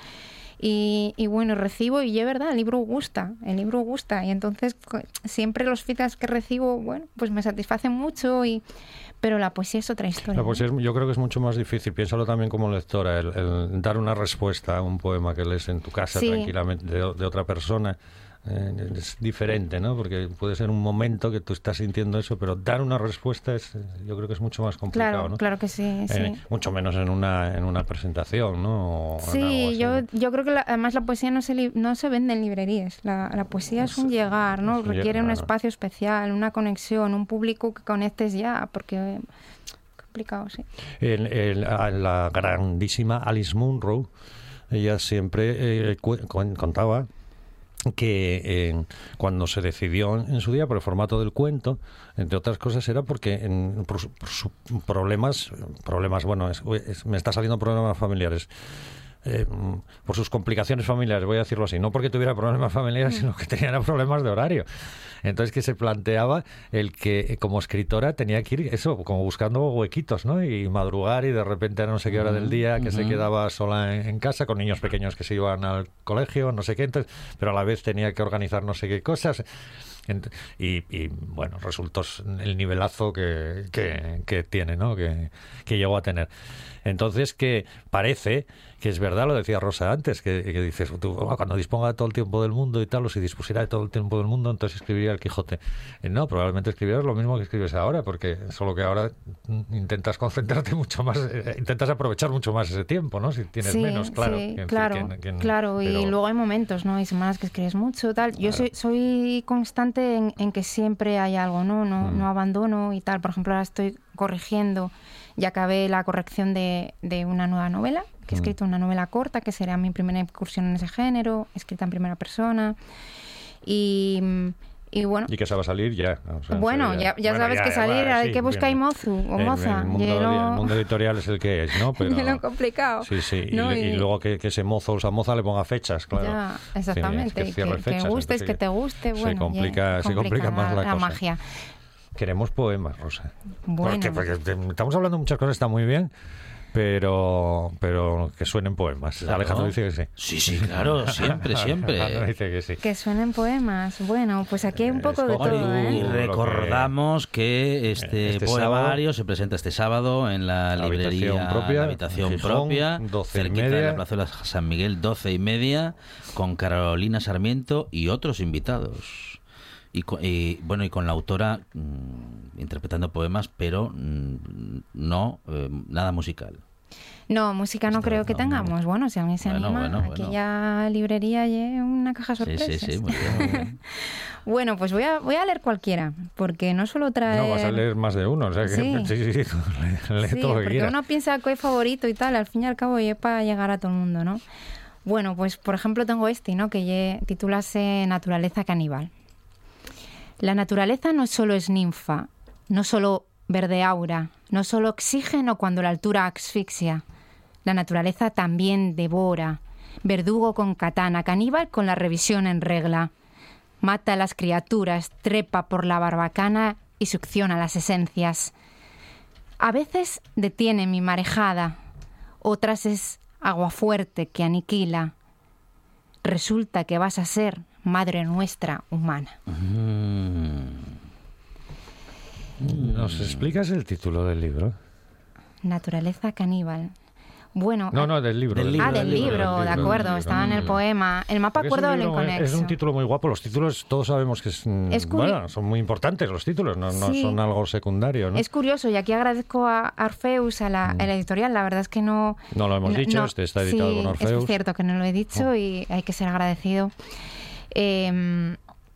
S6: Y, y bueno, recibo y es verdad, el libro gusta, el libro gusta. Y entonces siempre los feedbacks que recibo, bueno, pues me satisfacen mucho y... Pero la poesía es otra historia.
S5: La poesía es, yo creo que es mucho más difícil, piénsalo también como lectora, el, el dar una respuesta a un poema que lees en tu casa sí. tranquilamente de, de otra persona. Eh, es diferente, ¿no? Porque puede ser un momento que tú estás sintiendo eso, pero dar una respuesta es, yo creo que es mucho más complicado,
S6: claro,
S5: ¿no?
S6: Claro que sí,
S5: eh,
S6: sí.
S5: Mucho menos en una en una presentación, ¿no? O
S6: sí, yo, yo creo que la, además la poesía no se li, no se vende en librerías. La, la poesía es un llegar, ¿no? Es Requiere llegar, un espacio especial, una conexión, un público que conectes ya, porque complicado, sí.
S5: El, el, la grandísima Alice Munro, ella siempre eh, cu contaba que eh, cuando se decidió en su día por el formato del cuento, entre otras cosas, era porque en, por, por su, problemas, problemas, bueno, es, es, me está saliendo problemas familiares, eh, por sus complicaciones familiares, voy a decirlo así, no porque tuviera problemas familiares, sino que tenía problemas de horario. Entonces que se planteaba el que como escritora tenía que ir eso, como buscando huequitos, ¿no? Y madrugar y de repente a no sé qué hora del día que uh-huh. se quedaba sola en, en casa con niños pequeños que se iban al colegio, no sé qué, entonces, pero a la vez tenía que organizar no sé qué cosas. Y, y bueno, resultó el nivelazo que, que, que tiene, ¿no? Que, que llegó a tener. Entonces que parece que es verdad, lo decía Rosa antes, que, que dices, tú, oh, cuando disponga de todo el tiempo del mundo y tal, o si dispusiera de todo el tiempo del mundo, entonces escribiría el Quijote. Eh, no, probablemente escribirás lo mismo que escribes ahora, porque solo que ahora intentas concentrarte mucho más, eh, intentas aprovechar mucho más ese tiempo, ¿no? Si tienes
S6: sí,
S5: menos, claro.
S6: Sí,
S5: que,
S6: claro,
S5: que, que,
S6: claro. Pero... Y luego hay momentos, ¿no? Hay semanas que escribes mucho, tal. Yo claro. soy, soy constante en, en que siempre hay algo, ¿no? No, mm. no abandono y tal. Por ejemplo, ahora estoy corrigiendo, ya acabé la corrección de, de una nueva novela, que he escrito una novela corta, que será mi primera incursión en ese género, escrita en primera persona. Y, y bueno...
S5: Y que se va a salir ya. O sea,
S6: bueno, ya, ya bueno, sabes ya, que salir, bueno, hay sí, que buscar y mozu o
S5: el,
S6: moza.
S5: El mundo,
S6: lo...
S5: el mundo editorial es el que es, ¿no? Pero...
S6: lo complicado.
S5: Sí, sí.
S6: ¿no?
S5: Y, y, y luego que, que ese mozo o esa moza le ponga fechas, claro.
S6: Ya, exactamente. Sí, que, que, fechas, que gustes, que te guste, bueno...
S5: Se complica,
S6: ya,
S5: se complica más la,
S6: la,
S5: la
S6: cosa. magia.
S5: Queremos poemas, Rosa.
S6: Bueno.
S5: Porque, porque estamos hablando de muchas cosas, está muy bien, pero pero que suenen poemas. Claro. Alejandro dice que sí.
S2: Sí, sí, claro, siempre, siempre.
S5: Alejandro dice que sí.
S6: Que suenen poemas. Bueno, pues aquí hay un poco de todo, ¿eh?
S2: Y recordamos que este, este poemario sábado, se presenta este sábado en la, la librería
S5: habitación propia,
S2: la habitación Gijón, propia, cerquita de la Plazuela San Miguel, doce y media, con Carolina Sarmiento y otros invitados. Y, y bueno, y con la autora mmm, interpretando poemas, pero mmm, no eh, nada musical.
S6: No, música no Esto, creo que no, tengamos. No. Bueno, si a mí se bueno, anima, bueno, aquella bueno. librería y una caja sorpresa.
S2: Sí, sí, sí, muy bien, muy bien.
S6: Bueno, pues voy a, voy a leer cualquiera, porque no suelo traer...
S5: No, vas a leer más de uno, o sea que
S6: sí,
S5: sí, sí, sí, lee
S6: sí
S5: todo lo que
S6: porque
S5: quieras.
S6: Uno piensa que es favorito y tal, al fin y al cabo es para llegar a todo el mundo, ¿no? Bueno, pues por ejemplo tengo este, ¿no? Que titulase Naturaleza caníbal. La naturaleza no solo es ninfa, no solo verde aura, no solo oxígeno cuando la altura asfixia. La naturaleza también devora, verdugo con katana, caníbal con la revisión en regla. Mata a las criaturas, trepa por la barbacana y succiona las esencias. A veces detiene mi marejada, otras es agua fuerte que aniquila. Resulta que vas a ser Madre Nuestra humana.
S5: ¿Nos explicas el título del libro?
S6: Naturaleza caníbal. Bueno,
S5: no, no, del libro.
S6: Del libro ah, del, del libro, libro, de acuerdo, del libro, estaba en el poema. El mapa acuerdo del inconexo.
S5: Es un título muy guapo. Los títulos todos sabemos que es, es bueno, son muy importantes los títulos, no, no sí. son algo secundario, ¿no?
S6: Es curioso, y aquí agradezco a Orfeus, a la, a la editorial. La verdad es que no...
S5: No lo hemos no, dicho, no, este está editado
S6: sí,
S5: con Orfeus.
S6: Es cierto que no lo he dicho oh. y hay que ser agradecido. Eh,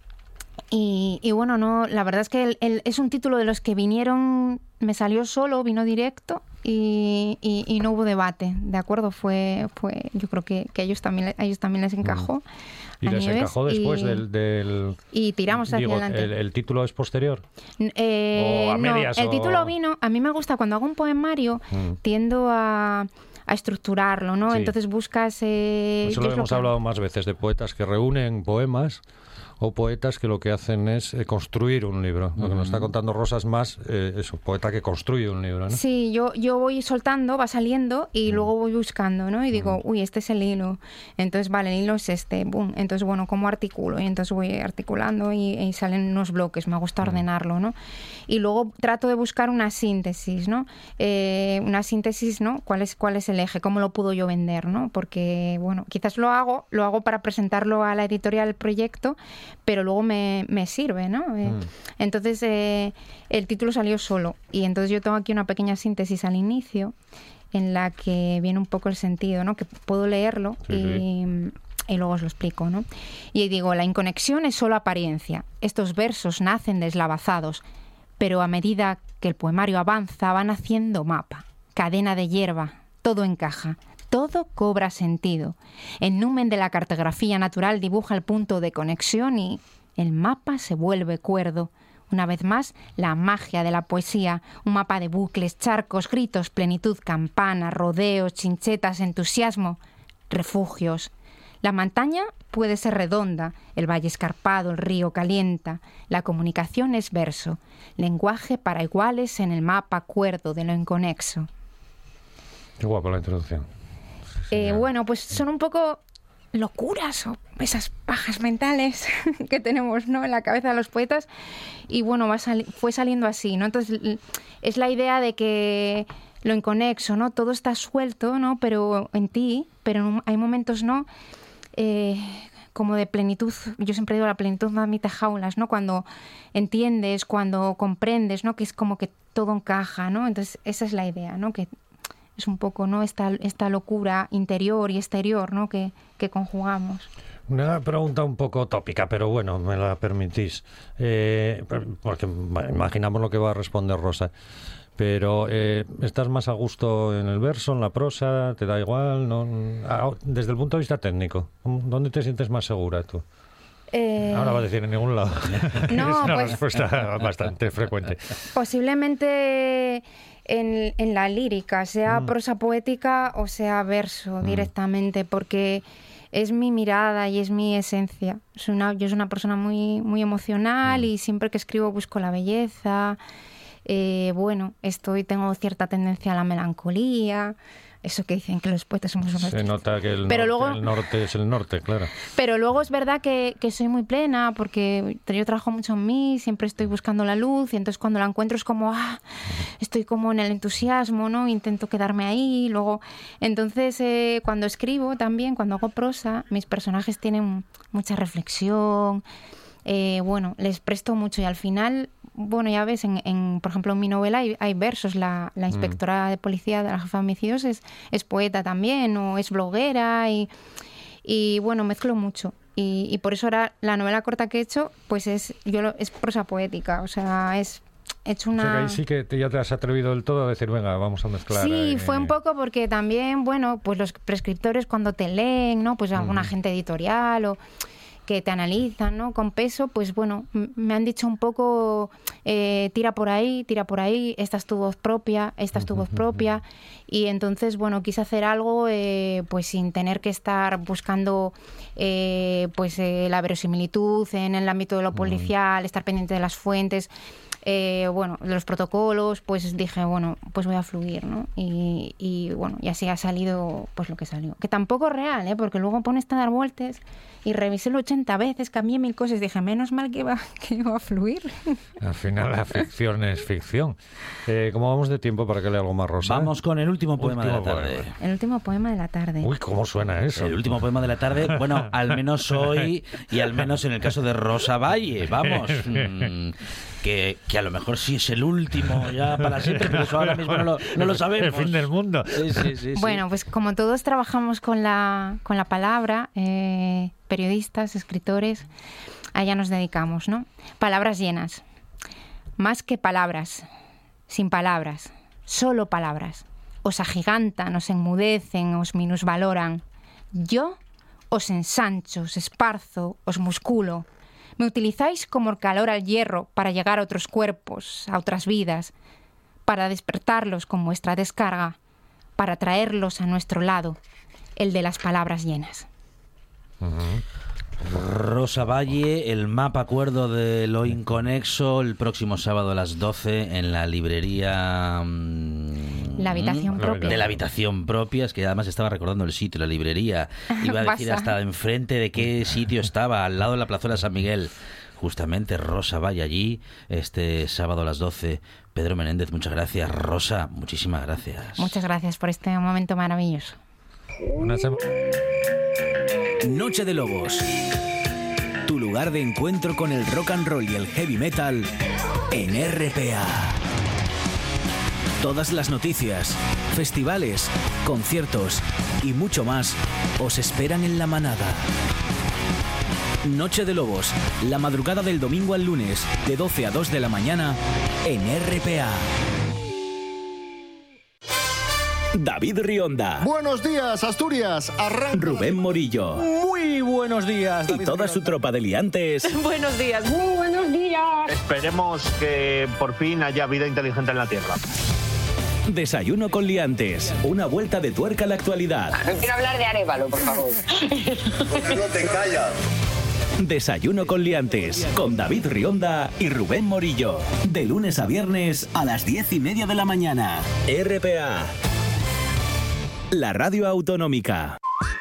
S6: y, y bueno, no, la verdad es que el, el, es un título de los que vinieron, me salió solo, vino directo y, y, y no hubo debate, ¿de acuerdo? Fue, fue yo creo que, que a, ellos también, a ellos también les encajó.
S5: ¿Y les Nieves, encajó después y, del, del...?
S6: Y tiramos hacia
S5: digo,
S6: adelante.
S5: El, ¿El título es posterior?
S6: Eh,
S5: ¿O a medias?
S6: No, el
S5: o...
S6: título vino, a mí me gusta, cuando hago un poemario, mm. tiendo a... a estructurarlo, ¿no? Sí. Entonces buscas... Eh,
S5: Eso lo hemos lo que... hablado más veces, de poetas que reúnen poemas o poetas que lo que hacen es eh, construir un libro. Lo que nos está contando Rosa es más eh, es un poeta que construye un libro, ¿no?
S6: Sí, yo, yo voy soltando, va saliendo y mm. luego voy buscando, ¿no? Y digo, mm. uy, este es el hilo. Entonces, vale, el hilo es este, boom. Entonces, bueno, ¿cómo articulo? Y entonces voy articulando y, y salen unos bloques. Me gusta mm. ordenarlo, ¿no? Y luego trato de buscar una síntesis, ¿no? Eh, una síntesis, ¿no? ¿Cuál es, cuál es el eje? ¿Cómo lo puedo yo vender, ¿no? Porque, bueno, quizás lo hago, lo hago para presentarlo a la editorial, el proyecto, pero luego me, me sirve, ¿no? Eh, mm. Entonces, eh, el título salió solo. Y entonces yo tengo aquí una pequeña síntesis al inicio en la que viene un poco el sentido, ¿no? Que puedo leerlo sí, y... sí. Y luego os lo explico, ¿no? Y digo, la inconexión es solo apariencia. Estos versos nacen deslavazados, pero a medida que el poemario avanza van haciendo mapa, cadena de hierba, todo encaja, todo cobra sentido. El numen de la cartografía natural dibuja el punto de conexión y el mapa se vuelve cuerdo. Una vez más, la magia de la poesía, un mapa de bucles, charcos, gritos, plenitud, campanas, rodeos, chinchetas, entusiasmo. refugios. La montaña puede ser redonda, el valle escarpado, el río calienta. La comunicación es verso, lenguaje para iguales en el mapa cuerdo de lo inconexo.
S5: Qué guapo la introducción. Sí,
S6: eh, bueno, pues son un poco locuras o esas pajas mentales que tenemos, ¿no?, en la cabeza de los poetas, y bueno, va sali- fue saliendo así, ¿no? Entonces es la idea de que lo inconexo, ¿no? Todo está suelto, ¿no? Pero en ti, pero hay momentos, ¿no?, eh, como de plenitud. Yo siempre digo, la plenitud no admite jaulas, ¿no? Cuando entiendes, cuando comprendes, ¿no?, que es como que todo encaja, ¿no? Entonces esa es la idea, ¿no? Que es un poco, ¿no?, esta, esta locura interior y exterior, ¿no?, que, que conjugamos.
S5: Una pregunta un poco tópica, pero bueno, me la permitís, eh, porque imaginamos lo que va a responder Rosa. Pero, eh, ¿estás más a gusto en el verso, en la prosa? ¿Te da igual? ¿No? Desde el punto de vista técnico, ¿dónde te sientes más segura tú? Eh... Ahora va a decir en ningún lado.
S6: No,
S5: es una
S6: pues...
S5: respuesta bastante frecuente.
S6: Posiblemente en, en la lírica, sea
S5: mm.
S6: prosa poética o sea verso mm. directamente, porque es mi mirada y es mi esencia. Soy una, yo soy una persona muy, muy emocional mm. y siempre que escribo busco la belleza. Eh, bueno, estoy, tengo cierta tendencia a la melancolía, eso que dicen que los poetas somos unos...
S5: Se nota que el,
S6: pero
S5: norte,
S6: luego,
S5: el norte es el norte, claro.
S6: Pero luego es verdad que, que soy muy plena, porque yo trabajo mucho en mí, siempre estoy buscando la luz, y entonces cuando la encuentro es como, ah, estoy como en el entusiasmo, ¿no? Intento quedarme ahí, luego... Entonces, eh, cuando escribo también, cuando hago prosa, mis personajes tienen mucha reflexión, eh, bueno, les presto mucho, y al final... Bueno, ya ves, en, en, por ejemplo, en mi novela hay, hay versos. La, la inspectora mm. de policía de la jefa de homicidios es, es poeta también, o es bloguera, y, y bueno, mezclo mucho. Y, y por eso ahora la novela corta que he hecho, pues es, yo lo, es prosa poética, o sea, es... He hecho una...
S5: O sea, que ahí sí que te, ya te has atrevido del todo a decir, venga, vamos a mezclar.
S6: Sí,
S5: eh...
S6: fue un poco porque también, bueno, pues los prescriptores cuando te leen, ¿no? Pues algún mm. agente editorial o... que te analizan, ¿no?, con peso, pues bueno, me han dicho un poco, eh, tira por ahí, tira por ahí, esta es tu voz propia, esta es tu voz propia, y entonces, bueno, quise hacer algo eh, pues sin tener que estar buscando eh, pues eh, la verosimilitud en el ámbito de lo policial, estar pendiente de las fuentes, eh, bueno, de los protocolos, pues dije, bueno, pues voy a fluir, ¿no? Y, y bueno, y así ha salido pues lo que salió. Que tampoco es real, ¿eh? Porque luego pones a dar vueltas y revisé ochenta veces, cambié mil cosas, dije, menos mal que iba, que iba a fluir.
S5: Al final la ficción es ficción. Eh, ¿Cómo vamos de tiempo para que lea algo más, Rosa?
S2: Vamos con el último poema
S5: último
S2: de la tarde.
S5: Poema.
S6: El último poema de la tarde.
S5: Uy, ¿cómo suena eso?
S2: El último poema de la tarde, bueno, al menos hoy y al menos en el caso de Rosa Valle, vamos... Mmm, Que, que a lo mejor sí es el último ya para siempre, pero eso ahora mismo no lo, no lo sabemos.
S5: El fin del mundo.
S2: Sí, sí, sí,
S6: bueno,
S2: sí.
S6: Pues como todos trabajamos con la, con la palabra, eh, periodistas, escritores, a ella nos dedicamos, ¿no? Palabras llenas. Más que palabras, sin palabras, solo palabras. Os agigantan, os enmudecen, os minusvaloran. Yo os ensancho, os esparzo, os musculo. Me utilizáis como el calor al hierro para llegar a otros cuerpos, a otras vidas, para despertarlos con vuestra descarga, para traerlos a nuestro lado, el de las palabras llenas.
S5: Uh-huh.
S2: Rosa Valle, el mapa acuerdo de lo inconexo, el próximo sábado a las doce en la librería...
S6: La habitación propia.
S2: De la habitación propia, es que además estaba recordando el sitio, la librería. Iba a decir hasta enfrente de qué sitio estaba, al lado de la plazuela San Miguel. Justamente Rosa Valle allí, este sábado a las doce. Pedro Menéndez, muchas gracias. Rosa, muchísimas gracias.
S6: Muchas gracias por este momento maravilloso.
S5: Una sema-
S1: Noche de Lobos. Tu lugar de encuentro con el rock and roll y el heavy metal en R P A. Todas las noticias, festivales, conciertos y mucho más os esperan en La Manada. Noche de Lobos, la madrugada del domingo al lunes, de doce a dos de la mañana, en R P A. David Rionda.
S7: Buenos días, Asturias. Arranca.
S1: Rubén Morillo.
S8: Muy buenos días, David
S1: Y toda
S8: Rionda.
S1: su tropa de liantes.
S9: Buenos días. Muy buenos días.
S10: Esperemos que por fin haya vida inteligente en la Tierra.
S1: Desayuno con liantes. Una vuelta de tuerca a la actualidad.
S9: No quiero hablar de Arévalo, por favor.
S7: No te callas.
S1: Desayuno con liantes. Con David Rionda y Rubén Morillo. De lunes a viernes a las diez y media de la mañana. R P A. La radio autonómica.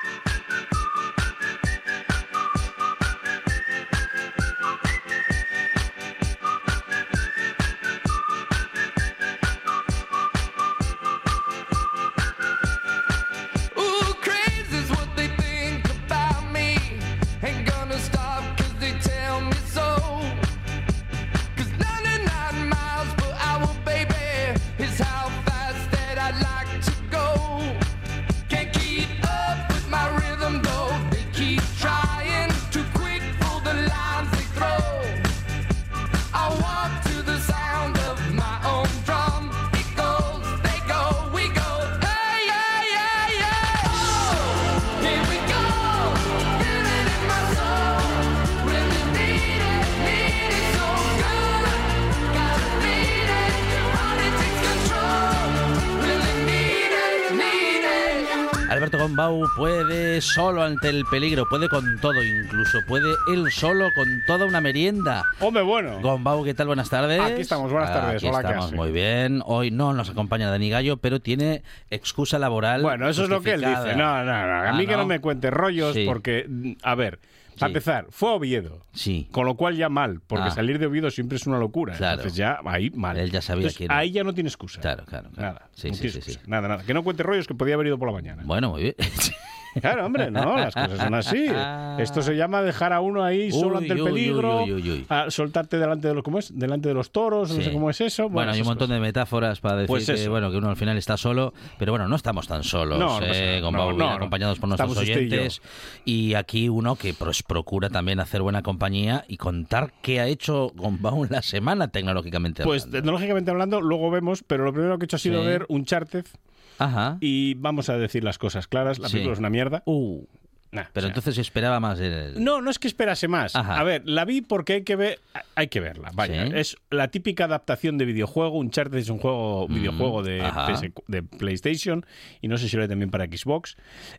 S2: Alberto Gombau puede solo ante el peligro, puede con todo incluso, puede él solo con toda una merienda.
S10: Hombre, bueno.
S2: Gombau, ¿qué tal? Buenas tardes.
S10: Aquí estamos, buenas tardes.
S2: Aquí
S10: Hola,
S2: estamos,
S10: ¿qué hace?
S2: muy bien. Hoy no nos acompaña Dani Gallo, pero tiene excusa laboral.
S10: Bueno, eso es lo que él dice. No, no, no. A
S2: Ah,
S10: mí que
S2: ¿no?
S10: no me cuente rollos
S2: Sí.
S10: porque, a ver, para
S2: Sí.
S10: empezar, fue a Oviedo.
S2: Sí.
S10: Con lo cual ya mal, porque
S2: Ah.
S10: salir de Oviedo siempre es una locura.
S2: Claro.
S10: Entonces ya ahí mal.
S2: Él ya sabía
S10: Entonces,
S2: quién era.
S10: ahí ya no tiene excusa.
S2: Claro, claro, claro.
S10: Nada.
S2: Sí,
S10: no
S2: sí,
S10: tiene
S2: sí,
S10: excusa.
S2: sí.
S10: Nada, nada. Que no cuente rollos que podía haber ido por la mañana.
S2: Bueno, muy bien.
S10: Claro, hombre, no, las cosas son así. Esto se llama dejar a uno ahí solo
S2: Uy,
S10: ante el
S2: uy,
S10: peligro,
S2: uy, uy, uy.
S10: a soltarte delante de los, ¿cómo es? Delante de los toros, no
S2: Sí.
S10: sé cómo es eso.
S2: Bueno, hay un
S10: esas
S2: montón
S10: cosas.
S2: de metáforas para decir
S10: Pues
S2: que,
S10: eso.
S2: bueno, que uno al final está solo, pero bueno, no estamos tan solos,
S10: No, no
S2: eh,
S10: pasa nada.
S2: Gombau,
S10: No,
S2: bien
S10: no, no.
S2: acompañados por nuestros
S10: Estamos usted y yo.
S2: oyentes. Y aquí uno que pues, procura también hacer buena compañía y contar qué ha hecho Gombau en la semana tecnológicamente
S10: Pues
S2: hablando.
S10: tecnológicamente hablando, luego vemos, pero lo primero que he hecho ha sido
S2: Sí.
S10: ver Uncharted
S2: Ajá.
S10: y vamos a decir las cosas claras, la
S2: Sí.
S10: película es una mierda.
S2: Uh,
S10: Nah,
S2: pero
S10: o sea,
S2: entonces esperaba más el...
S10: No, no es que esperase más.
S2: Ajá.
S10: A ver, la vi porque hay que ver, hay que verla. Vaya,
S2: Sí.
S10: es la típica adaptación de videojuego. Uncharted es un juego,
S2: Mm,
S10: videojuego de,
S2: ajá.
S10: P S de PlayStation y no sé si lo hay también para Xbox.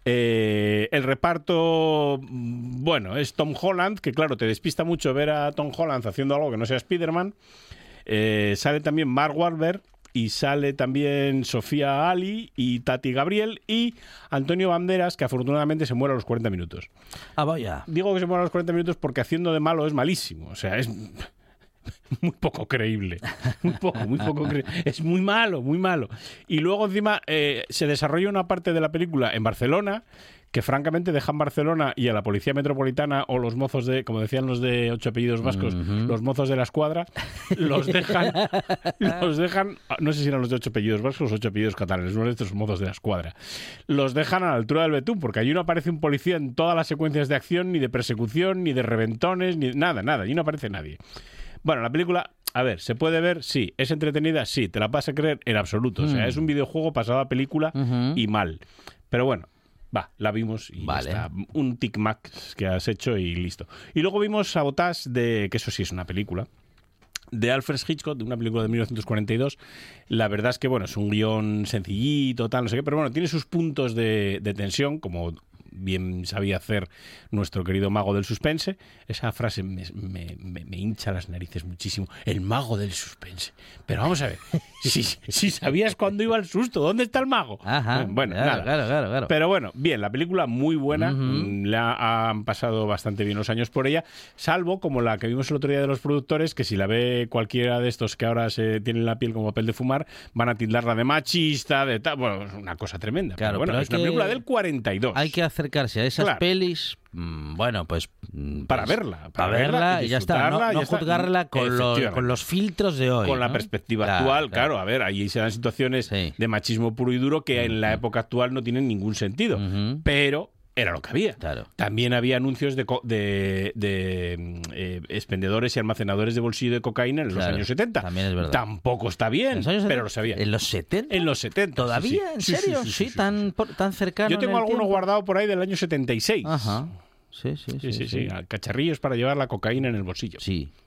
S10: Eh, el reparto, mm, bueno, es Tom Holland, que claro, te despista mucho ver a Tom Holland haciendo algo que no sea Spider-Man. Eh, sale también Mark Wahlberg. Y sale también Sofía Ali y Tati Gabriel y Antonio Banderas, que afortunadamente se muere a los cuarenta minutos.
S2: Ah, vaya.
S10: Digo que se muere a los cuarenta minutos porque haciendo de malo es malísimo. O sea, es muy poco creíble. Muy poco, muy poco creíble. Es muy malo, muy malo. Y luego encima eh, se desarrolla una parte de la película en Barcelona que francamente dejan Barcelona y a la Policía Metropolitana o los mozos de, como decían los de ocho apellidos vascos,
S2: Uh-huh.
S10: los mozos de la escuadra, los dejan, los dejan, no sé si eran los de ocho apellidos vascos o los ocho apellidos catalanes, uno de estos mozos de la escuadra, los dejan a la altura del betún, porque allí no aparece un policía en todas las secuencias de acción, ni de persecución, ni de reventones, ni nada, nada, allí no aparece nadie. Bueno, la película, a ver, ¿se puede ver? Sí. ¿Es entretenida? Sí. ¿Te la vas a creer? En absoluto. O sea,
S2: Mm.
S10: es un videojuego pasado a película
S2: Ujú.
S10: y mal. Pero bueno, va, la vimos y
S2: Vale.
S10: ya está. Un tic-mac que has hecho y listo. Y luego vimos Sabotage, de, que eso sí es una película, de Alfred Hitchcock, de una película de mil novecientos cuarenta y dos. La verdad es que, bueno, es un guión sencillito, tal, no sé qué, pero bueno, tiene sus puntos de, de tensión, como bien sabía hacer nuestro querido mago del suspense. Esa frase me, me, me, me hincha las narices muchísimo. El mago del suspense. Pero vamos a ver, si, si sabías cuándo iba el susto, ¿dónde está el mago?
S2: Ajá.
S10: Bueno,
S2: claro,
S10: nada.
S2: claro, claro, claro.
S10: Pero bueno, bien, la película muy buena,
S2: Ujú.
S10: mm, la han pasado bastante bien los años por ella, salvo como la que vimos el otro día de los productores, que si la ve cualquiera de estos que ahora se tienen la piel como papel de fumar, van a tildarla de machista, de tal, bueno, es una cosa tremenda.
S2: Claro,
S10: pero bueno,
S2: pero hay
S10: es una
S2: que-
S10: película del cuarenta y dos.
S2: Hay que acercarse a esas
S10: Claro.
S2: pelis, mm, bueno, pues... mm,
S10: Para
S2: pues,
S10: verla,
S2: Para,
S10: para
S2: verla,
S10: verla y
S2: y ya está. No,
S10: disfrutarla,
S2: no
S10: ya está.
S2: juzgarla con los,
S10: Efectivamente.
S2: con los filtros de hoy.
S10: Con la
S2: ¿no?
S10: perspectiva
S2: Claro,
S10: actual, claro. a ver, ahí se dan situaciones
S2: Sí.
S10: de machismo puro y duro que en la época actual no tienen ningún sentido.
S2: Ujú.
S10: Pero era lo que había.
S2: Claro.
S10: También había anuncios de, co- de, de, mm, eh, expendedores y almacenadores de bolsillo de cocaína en los
S2: Claro,
S10: años setenta.
S2: también es verdad.
S10: Tampoco está bien,
S2: ¿En los años
S10: pero
S2: setenta?
S10: lo sabía.
S2: ¿En los setenta?
S10: En los setenta.
S2: ¿Todavía?
S10: sí, sí.
S2: ¿En
S10: Sí, sí,
S2: serio?
S10: sí,
S2: Sí,
S10: sí, sí,
S2: tan,
S10: sí.
S2: por- tan cercano.
S10: Yo
S2: en
S10: tengo
S2: el
S10: alguno
S2: tiempo.
S10: guardado por ahí del año setenta y seis.
S2: Ajá. Sí, sí,
S10: Sí, sí, sí. Cacharrillos para llevar la cocaína en el bolsillo.
S2: Sí.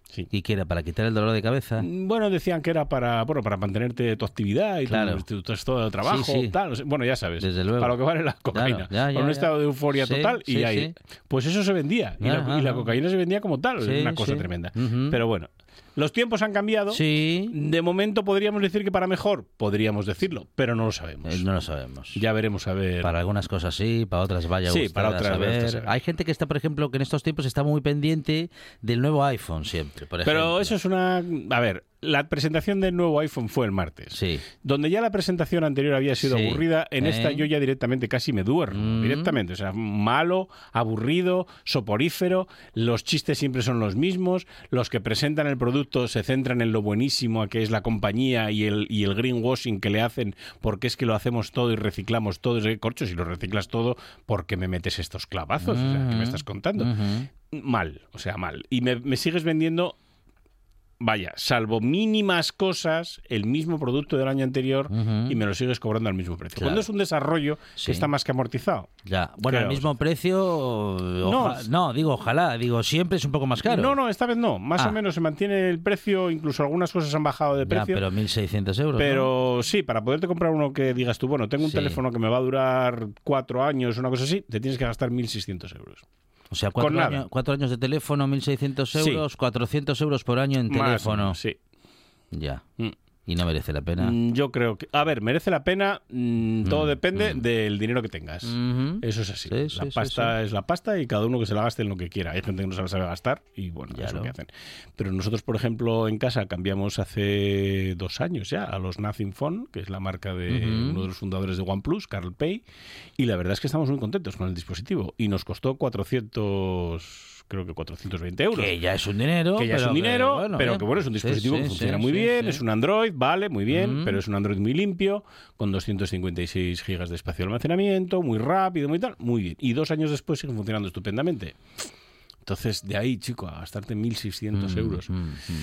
S10: Sí.
S2: ¿Y qué era? ¿Para quitar el dolor de cabeza?
S10: Bueno, decían que era para bueno para mantenerte tu actividad y
S2: claro.
S10: tu, tu estado de trabajo,
S2: sí, sí.
S10: tal. Bueno, ya sabes.
S2: Desde luego.
S10: Para lo que vale la cocaína.
S2: Claro, ya, ya,
S10: para un
S2: ya.
S10: estado de euforia
S2: sí,
S10: total y
S2: sí,
S10: ahí.
S2: Sí.
S10: Pues eso se vendía. Y,
S2: Ya,
S10: la, y la
S2: ajá.
S10: cocaína se vendía como tal.
S2: Sí,
S10: Es una cosa
S2: sí.
S10: tremenda.
S2: Uh-huh.
S10: Pero bueno. Los tiempos han cambiado.
S2: Sí.
S10: De momento podríamos decir que para mejor, podríamos decirlo, pero no lo sabemos.
S2: Eh, no lo sabemos.
S10: Ya veremos a ver.
S2: Para algunas cosas sí, para otras vaya
S10: Sí,
S2: usted
S10: para
S2: a
S10: otras
S2: saber.
S10: vaya usted a saber.
S2: Hay gente que está, por ejemplo, que en estos tiempos está muy pendiente del nuevo iPhone siempre, por ejemplo.
S10: Pero eso es una... A ver, la presentación del nuevo iPhone fue el martes.
S2: Sí.
S10: Donde ya la presentación anterior había sido
S2: Sí.
S10: aburrida, en
S2: ¿Eh?
S10: esta yo ya directamente casi me duermo.
S2: Mm.
S10: Directamente. O sea, malo, aburrido, soporífero. Los chistes siempre son los mismos. Los que presentan el producto se centran en lo buenísimo que es la compañía y el, y el greenwashing que le hacen, porque es que lo hacemos todo y reciclamos todo. Y, corcho, si lo reciclas todo, ¿por qué me metes estos clavazos? O sea, ¿qué me estás contando?
S2: Uh-huh.
S10: Mal, o sea, mal. Y me, me sigues vendiendo... Vaya, salvo mínimas cosas, el mismo producto del año anterior
S2: Uh-huh.
S10: y me lo sigues cobrando al mismo precio.
S2: Claro.
S10: Cuando es un desarrollo
S2: Sí.
S10: que está más que amortizado.
S2: Ya. Bueno,
S10: ¿Qué
S2: al
S10: vamos
S2: mismo precio...
S10: No.
S2: oja- no, digo, ojalá. Digo, siempre es un poco más caro.
S10: No, no, esta vez no. Más
S2: Ah.
S10: o menos se mantiene el precio, incluso algunas cosas han bajado de
S2: Ya,
S10: precio.
S2: pero mil seiscientos euros, ¿no?
S10: Pero sí, para poderte comprar uno que digas tú, bueno, tengo un
S2: Sí.
S10: teléfono que me va a durar cuatro años, una cosa así, te tienes que gastar mil seiscientos euros.
S2: O sea,
S10: con
S2: cuatro,
S10: nada.
S2: años, cuatro años de teléfono, mil seiscientos
S10: Sí.
S2: euros, cuatrocientos euros por año en
S10: Más o
S2: teléfono.
S10: menos, sí.
S2: Ya.
S10: Mm.
S2: Y no merece la pena.
S10: Mm, Yo creo que... A ver, merece la pena, mm, todo
S2: Mm,
S10: depende
S2: mm.
S10: del dinero que tengas.
S2: Ujú.
S10: Eso es así.
S2: Sí,
S10: la
S2: sí, sí,
S10: pasta
S2: sí.
S10: es la pasta y cada uno que se la gaste en lo que quiera. Hay gente que no se la sabe gastar y bueno,
S2: Ya
S10: es lo
S2: lo.
S10: que hacen. Pero nosotros, por ejemplo, en casa cambiamos hace dos años ya a los Nothing Phone, que es la marca de
S2: Ujú.
S10: uno de los fundadores de OnePlus, Carl Pei, y la verdad es que estamos muy contentos con el dispositivo. Y nos costó cuatrocientos... creo que cuatrocientos veinte euros.
S2: Que ya es un dinero.
S10: Que ya es
S2: pero
S10: un dinero,
S2: bueno,
S10: pero
S2: bien.
S10: que bueno, es un
S2: Sí,
S10: dispositivo
S2: sí,
S10: que funciona
S2: sí,
S10: muy
S2: sí,
S10: bien,
S2: sí.
S10: es un Android, vale, muy bien,
S2: Mm.
S10: pero es un Android muy limpio, con doscientos cincuenta y seis gigas de espacio de almacenamiento, muy rápido, muy tal, muy bien. Y dos años después sigue funcionando estupendamente. Entonces, de ahí, chico, a gastarte mil seiscientos
S2: Mm,
S10: euros.
S2: mm, mm.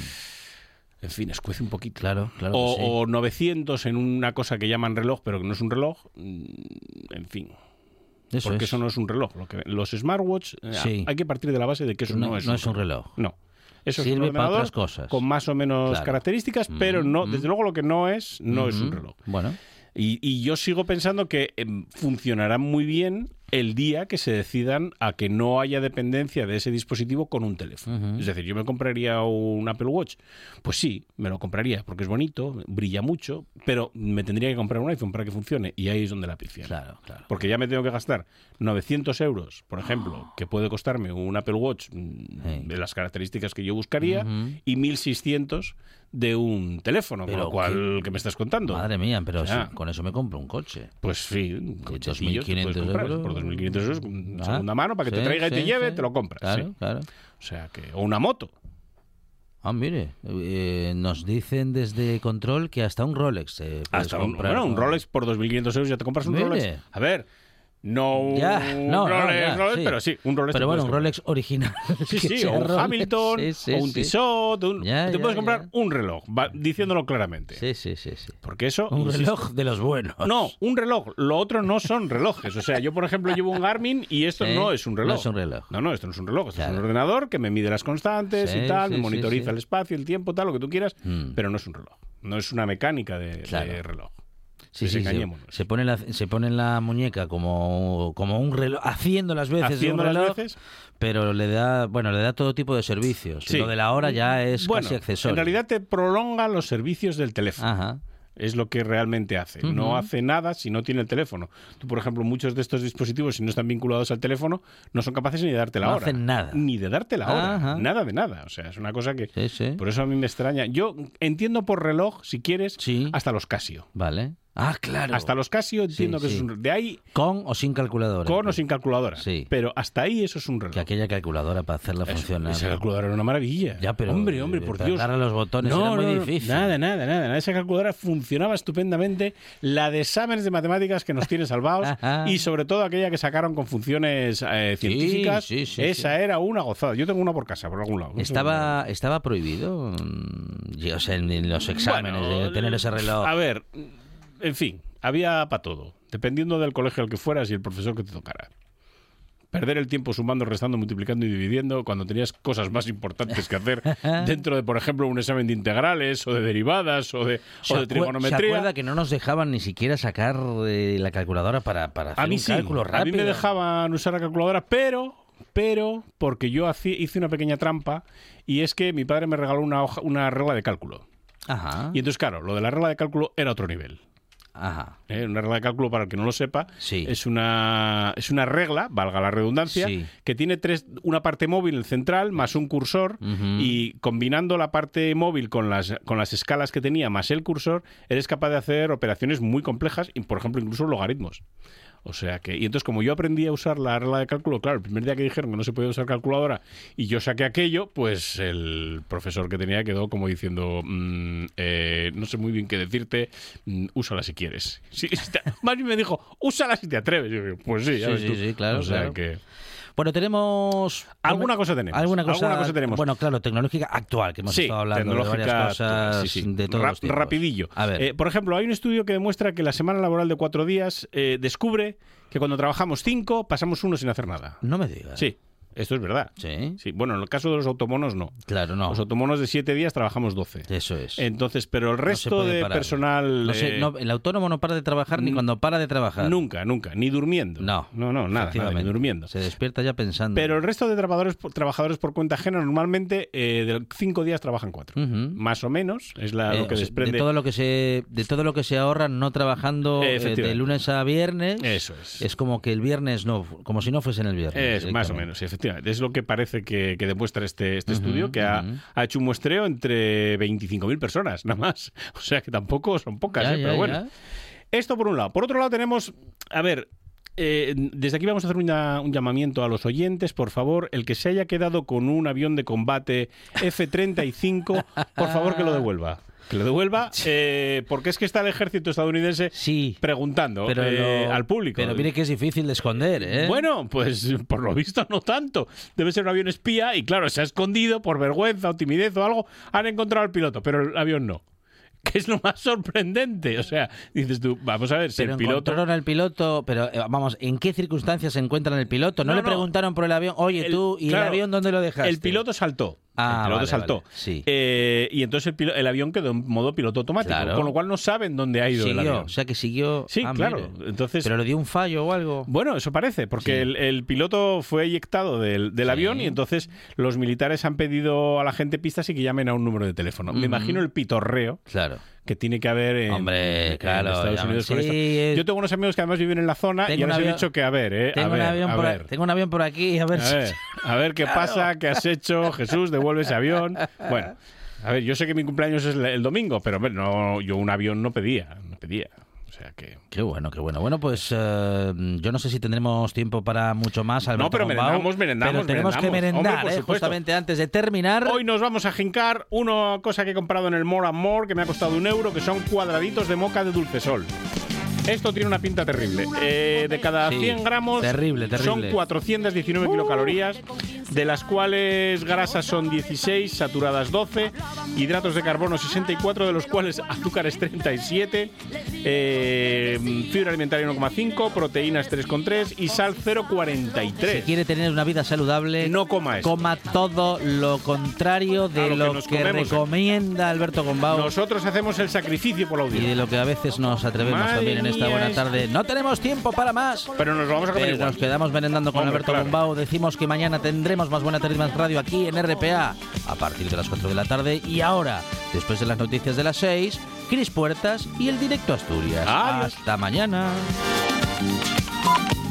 S10: En fin, escuece un poquito.
S2: Claro, claro.
S10: O,
S2: que sí.
S10: o novecientos en una cosa que llaman reloj, pero que no es un reloj. Mm, En fin.
S2: Eso
S10: Porque
S2: es.
S10: eso no es un reloj. Lo que, los smartwatch, eh,
S2: Sí.
S10: hay que partir de la base de que eso
S2: no,
S10: no, es,
S2: no
S10: un
S2: es un
S10: reloj.
S2: reloj.
S10: No. Eso es un
S2: Sirve para
S10: ordenador
S2: otras cosas.
S10: con más o menos
S2: Claro.
S10: características, pero
S2: Mm,
S10: no,
S2: mm.
S10: desde luego lo que no es, no es un
S2: Ujú.
S10: reloj.
S2: Bueno.
S10: Y, y yo sigo pensando que em, funcionará muy bien el día que se decidan a que no haya dependencia de ese dispositivo con un teléfono.
S2: Ujú.
S10: Es decir, yo me compraría un Apple Watch. Pues sí, me lo compraría porque es bonito, brilla mucho, pero me tendría que comprar un iPhone para que funcione y ahí es donde la pifian.
S2: Claro, claro.
S10: Porque ya me tengo que gastar novecientos euros, por ejemplo, que puede costarme un Apple Watch mm,
S2: Sí.
S10: de las características que yo buscaría,
S2: Ujú.
S10: y mil seiscientos de un teléfono,
S2: Pero
S10: con lo cual, ¿qué me estás contando?
S2: Madre mía, pero
S10: O sea,
S2: si- con eso me compro un coche.
S10: Pues sí, un cochecillo te puedes
S2: dos mil quinientos
S10: comprar.
S2: euros.
S10: Por dos mil quinientos euros, en
S2: Ah,
S10: segunda mano, para que te
S2: sí,
S10: traiga y te
S2: sí,
S10: lleve,
S2: sí.
S10: te lo compras.
S2: Claro,
S10: sí.
S2: claro.
S10: O sea que, o una moto.
S2: Ah, mire, eh, nos dicen desde Control que hasta un Rolex eh, puedes
S10: Hasta un,
S2: comprar.
S10: bueno, un
S2: con-
S10: Rolex por dos mil quinientos euros ya te compras un
S2: Mire.
S10: Rolex. A ver, no
S2: Ya,
S10: un
S2: no, no,
S10: Rolex,
S2: ya,
S10: Rolex,
S2: sí.
S10: pero sí, un Rolex. te
S2: Pero bueno,
S10: puedes
S2: un
S10: comprar.
S2: Rolex original.
S10: Sí,
S2: que
S10: sí,
S2: sea
S10: o un
S2: Rolex.
S10: Hamilton,
S2: Sí, sí,
S10: o un
S2: sí.
S10: Tissot, un-
S2: Ya,
S10: te
S2: ya,
S10: puedes
S2: ya.
S10: comprar un reloj, va- diciéndolo claramente.
S2: Sí, sí, sí, sí.
S10: Porque eso...
S2: Un
S10: insisto,
S2: reloj de los buenos.
S10: No, un reloj. Lo otro no son relojes. O sea, yo, por ejemplo, llevo un Garmin y esto
S2: Sí,
S10: no es un reloj.
S2: no es un reloj.
S10: No, no, esto no es un reloj. Esto es
S2: Claro.
S10: un ordenador que me mide las constantes
S2: Sí,
S10: y tal,
S2: sí,
S10: me
S2: sí,
S10: monitoriza
S2: sí.
S10: el espacio, el tiempo, tal, lo que tú quieras,
S2: Mm.
S10: pero no es un reloj. No es una mecánica de,
S2: Claro.
S10: de reloj.
S2: Sí, sí, se,
S10: Desengañémonos.
S2: se pone la, se pone en la muñeca como, como un reloj, haciendo las veces de
S10: Haciendo
S2: un
S10: las
S2: reloj,
S10: veces.
S2: pero le da, bueno, le da todo tipo de servicios.
S10: Sí.
S2: Lo de la hora ya es
S10: Bueno,
S2: casi accesorio.
S10: en realidad te prolonga los servicios del teléfono.
S2: Ajá.
S10: Es lo que realmente hace.
S2: Ujú.
S10: No hace nada si no tiene el teléfono. Tú, por ejemplo, muchos de estos dispositivos, si no están vinculados al teléfono, no son capaces ni de darte la
S2: No
S10: hora.
S2: hacen nada.
S10: Ni de darte la hora.
S2: Ajá.
S10: Nada de nada. O sea, es una cosa que...
S2: Sí, sí.
S10: Por eso a mí me extraña. Yo entiendo por reloj, si quieres,
S2: Sí.
S10: hasta los Casio.
S2: Vale. Ah, claro.
S10: Hasta los Casio entiendo
S2: Sí,
S10: que
S2: sí.
S10: eso es un... De ahí,
S2: Con o sin calculadora.
S10: con o sin calculadora.
S2: Sí.
S10: Pero hasta ahí eso es un reloj.
S2: Que aquella calculadora para hacerla
S10: Eso-
S2: funcionar.
S10: Esa calculadora era una maravilla.
S2: Ya, pero
S10: Hombre, hombre, por
S2: para
S10: Dios.
S2: darle a los botones
S10: No,
S2: era muy
S10: no, no,
S2: difícil.
S10: Nada, nada, nada, nada. Esa calculadora funcionaba estupendamente. La de exámenes de matemáticas que nos tiene salvados y sobre todo aquella que sacaron con funciones eh, científicas.
S2: sí, sí,
S10: esa
S2: sí.
S10: era una gozada. Yo tengo una por casa, por algún lado. No sé
S2: Estaba, estaba prohibido, mm, o sea, en, en los exámenes,
S10: Bueno,
S2: de tener ese reloj.
S10: A ver, en fin, había para todo. Dependiendo del colegio al que fueras y el profesor que te tocara. perder el tiempo sumando, restando, multiplicando y dividiendo cuando tenías cosas más importantes que hacer dentro de, por ejemplo, un examen de integrales o de derivadas o de, o de trigonometría.
S2: ¿Se acuerda que no nos dejaban ni siquiera sacar eh, la calculadora para, para hacer
S10: a mí
S2: un
S10: sí,
S2: cálculo rápido?
S10: A mí me dejaban usar la calculadora, pero, pero porque yo hací, hice una pequeña trampa, y es que mi padre me regaló una, hoja, una regla de cálculo.
S2: Ajá.
S10: Y entonces, claro, lo de la regla de cálculo era otro nivel.
S2: Ajá.
S10: ¿Eh? Una regla de cálculo, para el que no lo sepa,
S2: sí.
S10: es una es una regla, valga la redundancia,
S2: sí.
S10: que tiene tres una parte móvil, el central, más un cursor, uh-huh. y combinando la parte móvil con las, con las escalas que tenía, más el cursor, eres capaz de hacer operaciones muy complejas, y por ejemplo, incluso logaritmos. O sea que, y entonces como yo aprendí a usar la regla de cálculo, claro, el primer día que dijeron que no se podía usar calculadora y yo saqué aquello, pues el profesor que tenía quedó como diciendo, mmm, eh, no sé muy bien qué decirte, mmm, úsala si quieres. Sí, más bien me dijo, úsala si te atreves. Yo digo, pues sí, ya
S2: sí,
S10: ves
S2: sí,
S10: tú.
S2: sí, claro.
S10: O sea
S2: claro.
S10: que...
S2: Bueno, tenemos...
S10: Alguna cosa tenemos.
S2: ¿Alguna cosa,
S10: alguna cosa tenemos.
S2: Bueno, claro, tecnológica actual, que hemos
S10: sí,
S2: estado hablando de varias cosas
S10: sí, sí.
S2: de todos
S10: Ra-
S2: los tiempos.
S10: Rapidillo.
S2: A ver.
S10: Eh, por ejemplo, hay un estudio que demuestra que la semana laboral de cuatro días eh, descubre que cuando trabajamos cinco, pasamos uno sin hacer nada.
S2: No me digas.
S10: Sí. Esto es verdad.
S2: ¿Sí?
S10: Sí. Bueno, en el caso de los automonos, no.
S2: Claro, no.
S10: Los automonos de siete días trabajamos doce.
S2: Eso es.
S10: Entonces, pero el resto
S2: no
S10: de
S2: parar.
S10: personal...
S2: No sé,
S10: eh,
S2: no, el autónomo no para de trabajar ni cuando para de trabajar.
S10: Nunca, nunca. Ni durmiendo.
S2: No.
S10: No, no, nada, nada, ni durmiendo.
S2: Se despierta ya pensando.
S10: Pero el resto de trabajadores, trabajadores por cuenta ajena normalmente eh, de cinco días trabajan cuatro.
S2: Uh-huh.
S10: Más o menos, es la,
S2: eh,
S10: lo que
S2: o sea,
S10: desprende...
S2: De todo lo que se, de todo lo que se ahorran no trabajando eh, de lunes a viernes.
S10: Eso es.
S2: Es como que el viernes no, como si no fuese en el viernes.
S10: Es más o menos, sí, efectivamente. Es lo que parece que, que demuestra este, este
S2: uh-huh,
S10: estudio, que ha, uh-huh. ha hecho un muestreo entre veinticinco mil personas, nada más. O sea que tampoco son pocas,
S2: ya,
S10: ¿eh?
S2: ya,
S10: Pero bueno.
S2: Ya.
S10: Esto por un lado. Por otro lado tenemos, a ver... Eh, desde aquí vamos a hacer una, un llamamiento a los oyentes, por favor, el que se haya quedado con un avión de combate F treinta y cinco, por favor que lo devuelva. Que lo devuelva, eh, porque es que está el ejército estadounidense
S2: sí,
S10: preguntando
S2: pero
S10: eh,
S2: lo,
S10: al público.
S2: Pero mire que es difícil de esconder, ¿eh?
S10: Bueno, pues por lo visto no tanto. Debe ser un avión espía y claro, se ha escondido por vergüenza o timidez o algo. Han encontrado al piloto, pero el avión no. Que es lo más sorprendente. O sea, dices tú, vamos a ver, si
S2: pero
S10: el piloto...
S2: encontraron al piloto, pero eh, vamos, ¿en qué circunstancias se encuentran el piloto? No, no le no. preguntaron por el avión, oye el, tú, ¿y claro, el avión dónde lo dejaste?
S10: El piloto saltó.
S2: Ah,
S10: el piloto
S2: vale,
S10: saltó.
S2: Vale, sí.
S10: eh, y entonces el, pilo, el avión quedó en modo piloto automático,
S2: claro.
S10: con lo cual no saben dónde ha ido
S2: siguió,
S10: el avión.
S2: O sea que siguió...
S10: Sí,
S2: ah,
S10: claro.
S2: Mire.
S10: Entonces,
S2: ¿pero le dio un fallo o algo?
S10: Bueno, eso parece, porque
S2: sí.
S10: el, el piloto fue eyectado del, del sí. avión y entonces los militares han pedido a la gente pistas y que llamen a un número de teléfono.
S2: Uh-huh.
S10: Me imagino el pitorreo.
S2: Claro.
S10: Que tiene que haber en,
S2: Hombre,
S10: en
S2: claro,
S10: Estados Unidos
S2: sí,
S10: con esto.
S2: es...
S10: Yo tengo unos amigos que además viven en la zona y ya les he dicho que a ver, eh,
S2: tengo,
S10: a ver,
S2: un avión
S10: a
S2: por
S10: ver.
S2: A... tengo un avión por aquí, a ver,
S10: a
S2: si...
S10: ver, a ver qué claro. pasa, qué has hecho, Jesús, devuelve ese avión. Bueno, a ver, yo sé que mi cumpleaños es el domingo, pero hombre, no, yo un avión no pedía, no pedía. O sea que...
S2: Qué bueno, qué bueno. Bueno, pues uh, yo no sé si tendremos tiempo para mucho más, Alberto
S10: No, pero
S2: Gombau,
S10: merendamos, merendamos,
S2: pero tenemos
S10: merendamos.
S2: que merendar,
S10: Hombre,
S2: eh, justamente antes de terminar.
S10: Hoy nos vamos a jincar una cosa que he comprado en el More and More, que me ha costado un euro, que son cuadraditos de moca de dulcesol. Esto tiene una pinta terrible. Eh, de cada
S2: sí,
S10: cien gramos
S2: terrible, terrible.
S10: son cuatrocientas diecinueve uh. kilocalorías, de las cuales grasas son dieciséis, saturadas doce, hidratos de carbono sesenta y cuatro, de los cuales azúcares treinta y siete, eh, fibra alimentaria uno coma cinco, proteínas tres coma tres y sal cero coma cuarenta y tres.
S2: Si quiere tener una vida saludable,
S10: no coma esto.
S2: Coma todo lo contrario de
S10: lo,
S2: lo
S10: que,
S2: que recomienda Alberto Gombau.
S10: Nosotros hacemos el sacrificio por la audiencia.
S2: Y de lo que a veces nos atrevemos
S10: Madre
S2: también en esta buena tarde. No tenemos tiempo para más.
S10: Pero nos lo vamos a comer igual.
S2: Nos quedamos merendando con
S10: Hombre,
S2: Alberto
S10: claro.
S2: Gombau. Decimos que mañana tendremos más Buena Tarde y Más Radio aquí en R P A a partir de las cuatro de la tarde. Y ahora, después de las noticias de las seis, Cris Puertas y el Directo Asturias.
S10: Adiós.
S2: Hasta mañana.